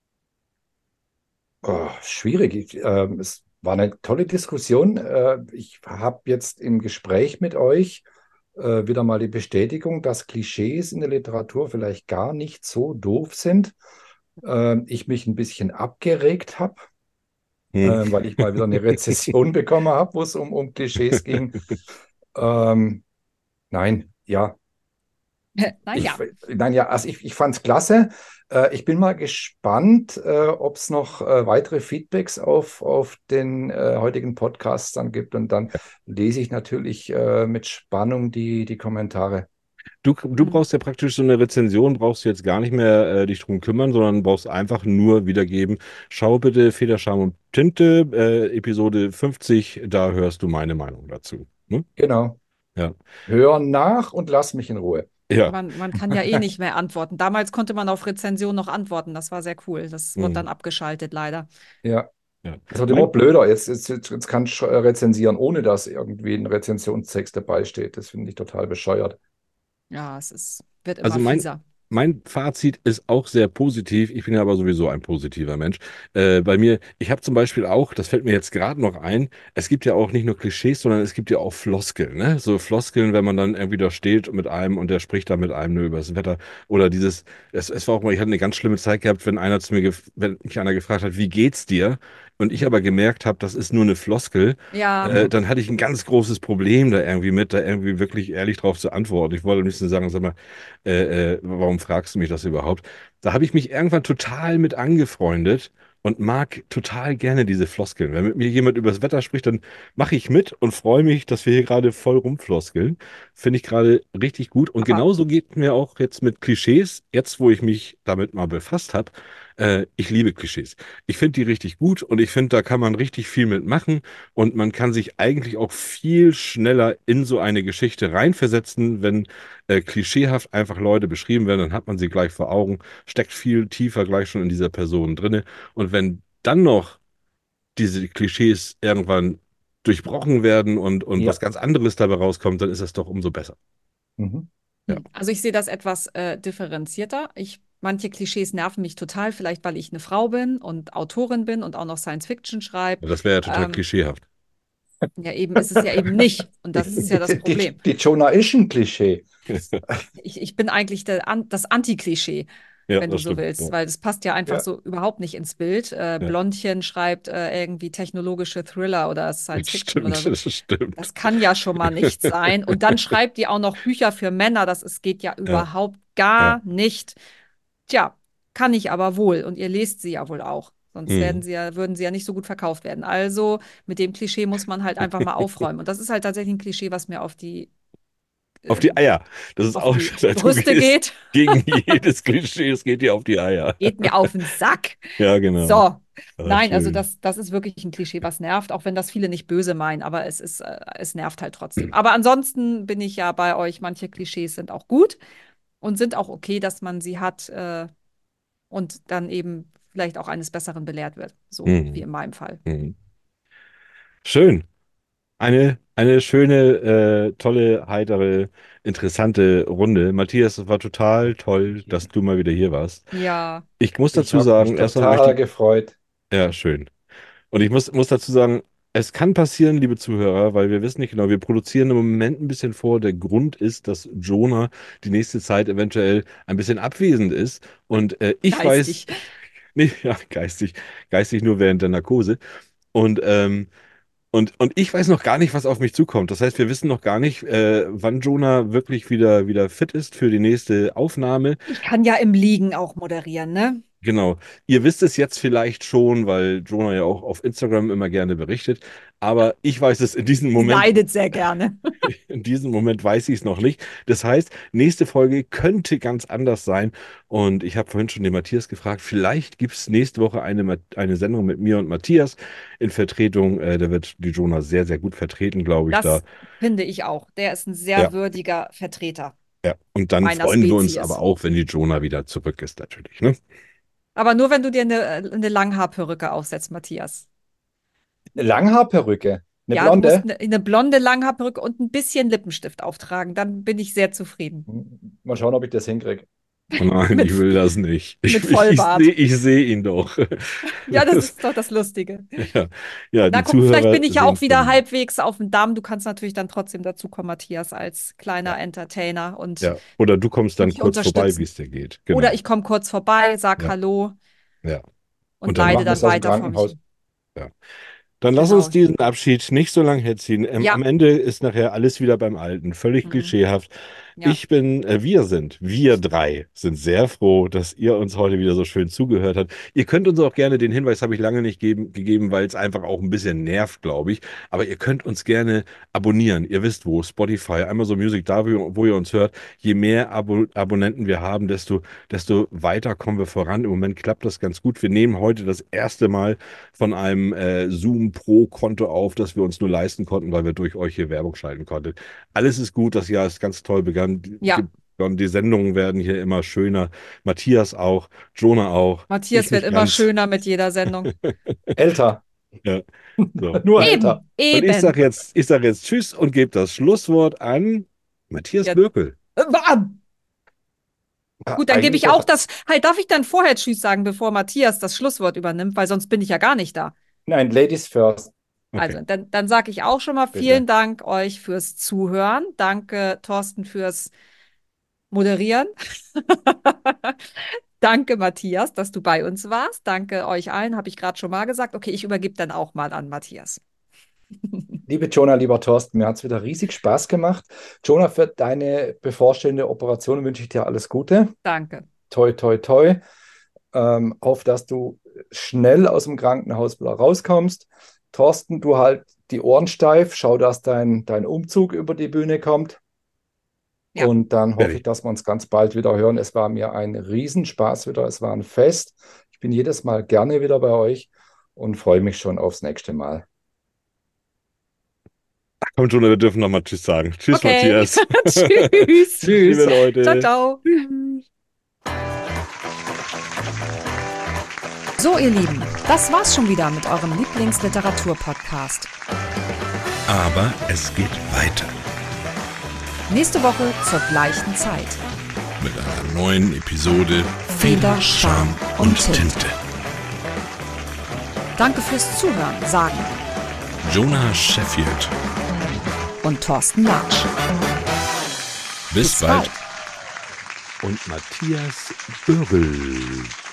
oh, schwierig. Ich, ähm, es war eine tolle Diskussion. Äh, ich habe jetzt im Gespräch mit euch äh, wieder mal die Bestätigung, dass Klischees in der Literatur vielleicht gar nicht so doof sind. Ähm, ich mich ein bisschen abgeregt habe, Hm. ähm, weil ich mal wieder eine Rezession bekommen habe, wo es um, um Klischees ging. Ähm, nein, ja. Naja, Ich, nein, ja, also ich, ich fand es klasse. Äh, ich bin mal gespannt, äh, ob es noch äh, weitere Feedbacks auf, auf den äh, heutigen Podcast dann gibt. Und dann lese ich natürlich äh, mit Spannung die, die Kommentare. Du, du brauchst ja praktisch so eine Rezension, brauchst du jetzt gar nicht mehr äh, dich drum kümmern, sondern brauchst einfach nur wiedergeben, schau bitte Federscham und Tinte, äh, Episode fünfzig, da hörst du meine Meinung dazu. Ne? Genau. Ja. Hör nach und lass mich in Ruhe. Ja. man, man kann ja eh nicht mehr antworten. Damals konnte man auf Rezension noch antworten. Das war sehr cool. Das wurde Mhm. dann abgeschaltet, leider. Ja. Ja. Es wird immer blöder. Jetzt, jetzt, jetzt, jetzt kannst du rezensieren, ohne dass irgendwie ein Rezensionstext dabei steht. Das finde ich total bescheuert. Ja, es ist, wird immer Also mein, fieser. mein Fazit ist auch sehr positiv. Ich bin ja aber sowieso ein positiver Mensch. Äh, bei mir, ich habe zum Beispiel auch, das fällt mir jetzt gerade noch ein, es gibt ja auch nicht nur Klischees, sondern es gibt ja auch Floskeln, ne? So Floskeln, wenn man dann irgendwie da steht mit einem und der spricht da mit einem nur über das Wetter. Oder dieses, es, es war auch mal, ich hatte eine ganz schlimme Zeit gehabt, wenn einer zu mir, gef wenn mich einer gefragt hat, wie geht's dir? und ich aber gemerkt habe, das ist nur eine Floskel, Ja, äh, dann hatte ich ein ganz großes Problem da irgendwie mit, da irgendwie wirklich ehrlich drauf zu antworten. Ich wollte am liebsten sagen, sag mal, äh, äh, warum fragst du mich das überhaupt? Da habe ich mich irgendwann total mit angefreundet und mag total gerne diese Floskeln. Wenn mit mir jemand über das Wetter spricht, dann mache ich mit und freue mich, dass wir hier gerade voll rumfloskeln. Finde ich gerade richtig gut. Und aber genauso geht mir auch jetzt mit Klischees, jetzt wo ich mich damit mal befasst habe. Äh, ich liebe Klischees. Ich finde die richtig gut und ich finde, da kann man richtig viel mitmachen und man kann sich eigentlich auch viel schneller in so eine Geschichte reinversetzen, wenn äh, klischeehaft einfach Leute beschrieben werden, dann hat man sie gleich vor Augen, steckt viel tiefer gleich schon in dieser Person drinne. Und wenn dann noch diese Klischees irgendwann durchbrochen werden und, und was Ja. ganz anderes dabei rauskommt, dann ist das doch umso besser. Mhm. Ja. hm, also ich sehe das etwas äh, differenzierter. Ich, manche Klischees nerven mich total, vielleicht weil ich eine Frau bin und Autorin bin und auch noch Science Fiction schreibe. Das wäre ja total Ähm, klischeehaft. ja, eben ist es ja eben nicht. Und das ist ja das Die, die, Problem. die Jonah ist ein Klischee. Ich, ich bin eigentlich der, An- das Anti-Klischee, Ja, wenn du das so stimmt. willst, Ja, weil das passt ja einfach Ja. so überhaupt nicht ins Bild. Äh, ja. Blondchen schreibt äh, irgendwie technologische Thriller oder Science Fiction oder Stimmt, so. das stimmt. Das kann ja schon mal nicht sein. Und dann schreibt die auch noch Bücher für Männer. Das ist, geht ja Ja, überhaupt ja. gar nicht. Tja, kann ich aber wohl. Und ihr lest sie ja wohl auch. Sonst werden Mhm. sie ja, würden sie ja nicht so gut verkauft werden. Also mit dem Klischee muss man halt einfach mal aufräumen. Und das ist halt tatsächlich ein Klischee, was mir auf die, Auf die ähm, Eier. Das ist auf auch, die du Brüste gehst geht. gegen jedes Klischee, es geht dir auf die Eier. Geht mir auf den Sack. Ja, genau. So. Ah, Nein, also schön. das, das ist wirklich ein Klischee, was nervt, auch wenn das viele nicht böse meinen, aber es ist, äh, es nervt halt trotzdem. Aber ansonsten bin ich ja bei euch, manche Klischees sind auch gut und sind auch okay, dass man sie hat, äh, und dann eben vielleicht auch eines Besseren belehrt wird, so wie Mhm. in meinem Fall. Mhm. Schön. Eine, eine schöne, äh, tolle, heitere, interessante Runde. Matthias, es war total toll, dass du mal wieder hier warst. Ja, Ich muss Ich dazu habe mich sagen, erstmal möchte total ich, gefreut. ja, schön. Und ich muss, muss dazu sagen, es kann passieren, liebe Zuhörer, weil wir wissen nicht genau, wir produzieren im Moment ein bisschen vor. Der Grund ist, dass Jonah die nächste Zeit eventuell ein bisschen abwesend ist. Und äh, ich weiß, geistig. nee, ja, geistig, geistig nur während der Narkose. Und ähm, Und, und ich weiß noch gar nicht, was auf mich zukommt. Das heißt, wir wissen noch gar nicht, äh, wann Jonah wirklich wieder, wieder fit ist für die nächste Aufnahme. Ich kann ja im Liegen auch moderieren, ne? Genau. Ihr wisst es jetzt vielleicht schon, weil Jonah ja auch auf Instagram immer gerne berichtet. Aber ich weiß es in diesem Sie Moment leidet sehr gerne. In diesem Moment weiß ich es noch nicht. Das heißt, nächste Folge könnte ganz anders sein. Und ich habe vorhin schon den Matthias gefragt, vielleicht gibt es nächste Woche eine, Ma- eine Sendung mit mir und Matthias in Vertretung. Äh, da wird die Jonah sehr, sehr gut vertreten, glaube ich, da. Das finde ich auch. Der ist ein Ja, sehr würdiger Vertreter ja. Und dann meiner freuen wir uns aber Spezies. auch, wenn die Jonah wieder zurück ist, natürlich. Ne? Aber nur, wenn du dir eine, eine Langhaarperücke aufsetzt, Matthias. Eine Langhaarperücke, eine Ja, du musst blonde. eine, eine blonde Langhaarperücke und ein bisschen Lippenstift auftragen. Dann bin ich sehr zufrieden. Hm, Mal schauen, ob ich das hinkriege. Oh nein, Mit, ich will das nicht. mit Ich, ich, ich sehe Vollbart. ich seh ihn doch. Ja, das Das, ist doch das Lustige. ja, ja, Na, die guck, vielleicht Zuhörer bin ich ja sehen auch es wieder dann. halbwegs auf dem Damm. Du kannst natürlich dann trotzdem dazukommen, Matthias, als kleiner Ja, Entertainer und ja. Oder du kommst dann mich kurz vorbei, wie unterstützen. es dir geht. Oder Genau. ich komme kurz vorbei, sag Ja, Hallo ja. und Und dann leide Machen wir dann es aus dem weiter vor mich Krankenhaus. hin. ja. Dann lass uns Genau. diesen Abschied nicht so lang herziehen. Ähm, am Ja. Ende ist nachher alles wieder beim Alten, völlig Mhm. klischeehaft. Ja. Ich bin, äh, wir sind, wir drei sind sehr froh, dass ihr uns heute wieder so schön zugehört habt. Ihr könnt uns auch gerne, den Hinweis habe ich lange nicht geben, gegeben, weil es einfach auch ein bisschen nervt, glaube ich. Aber ihr könnt uns gerne abonnieren. Ihr wisst wo, Spotify, Amazon Music, da wo, wo ihr uns hört. Je mehr Abo Abonnenten wir haben, desto, desto weiter kommen wir voran. Im Moment klappt das ganz gut. Wir nehmen heute das erste Mal von einem äh, Zoom Pro-Konto auf, das wir uns nur leisten konnten, weil wir durch euch hier Werbung schalten konnten. Alles ist gut, das Jahr ist ganz toll begann. Ja. Und die Sendungen werden hier immer schöner. Matthias auch, Jonah auch, ich Matthias wird nicht immer ganz. schöner mit jeder Sendung. Älter. Ja, so. Nur Und, älter. Eben, und ich sage eben. jetzt, ich sag jetzt Tschüss und gebe das Schlusswort an Matthias Ja. Bökel. Äh, bam. Ja, Gut, dann gebe ich eigentlich auch hat, das. Halt, darf ich dann vorher Tschüss sagen, bevor Matthias das Schlusswort übernimmt, weil sonst bin ich ja gar nicht da. nein, Ladies first, Okay. Also, dann, dann sage ich auch schon mal vielen bitte. Dank euch fürs Zuhören. Danke, Thorsten, fürs Moderieren. Danke, Matthias, dass du bei uns warst. Danke euch allen, habe ich gerade schon mal gesagt. Okay, ich übergebe dann auch mal an Matthias. Liebe Jonah, lieber Thorsten, mir hat es wieder riesig Spaß gemacht. Jonah, für deine bevorstehende Operation wünsche ich dir alles Gute. Danke. Toi, toi, toi. Ähm, hoffe, dass du schnell aus dem Krankenhaus wieder rauskommst. Thorsten, du halt die Ohren steif. Schau, dass dein, dein Umzug über die Bühne kommt. Ja. Und dann hoffe Fertig. ich, dass wir uns ganz bald wieder hören. Es war mir ein Riesenspaß wieder. Es war ein Fest. Ich bin jedes Mal gerne wieder bei euch und freue mich schon aufs nächste Mal. Komm, Jonah, wir dürfen nochmal Tschüss sagen. Tschüss, Okay. Matthias. Tschüss. Tschüss, liebe Leute. Ciao, ciao. So, ihr Lieben, das war's schon wieder mit eurem Lieblingsliteratur-Podcast. Aber es geht weiter Nächste Woche zur gleichen Zeit. mit einer neuen Episode Feder, Charme und Tinte. Tinte. Danke fürs Zuhören, sagen Jonah Sheffield. und Thorsten Latsch. Bis, Bis bald. bald. Und Matthias Bürgel.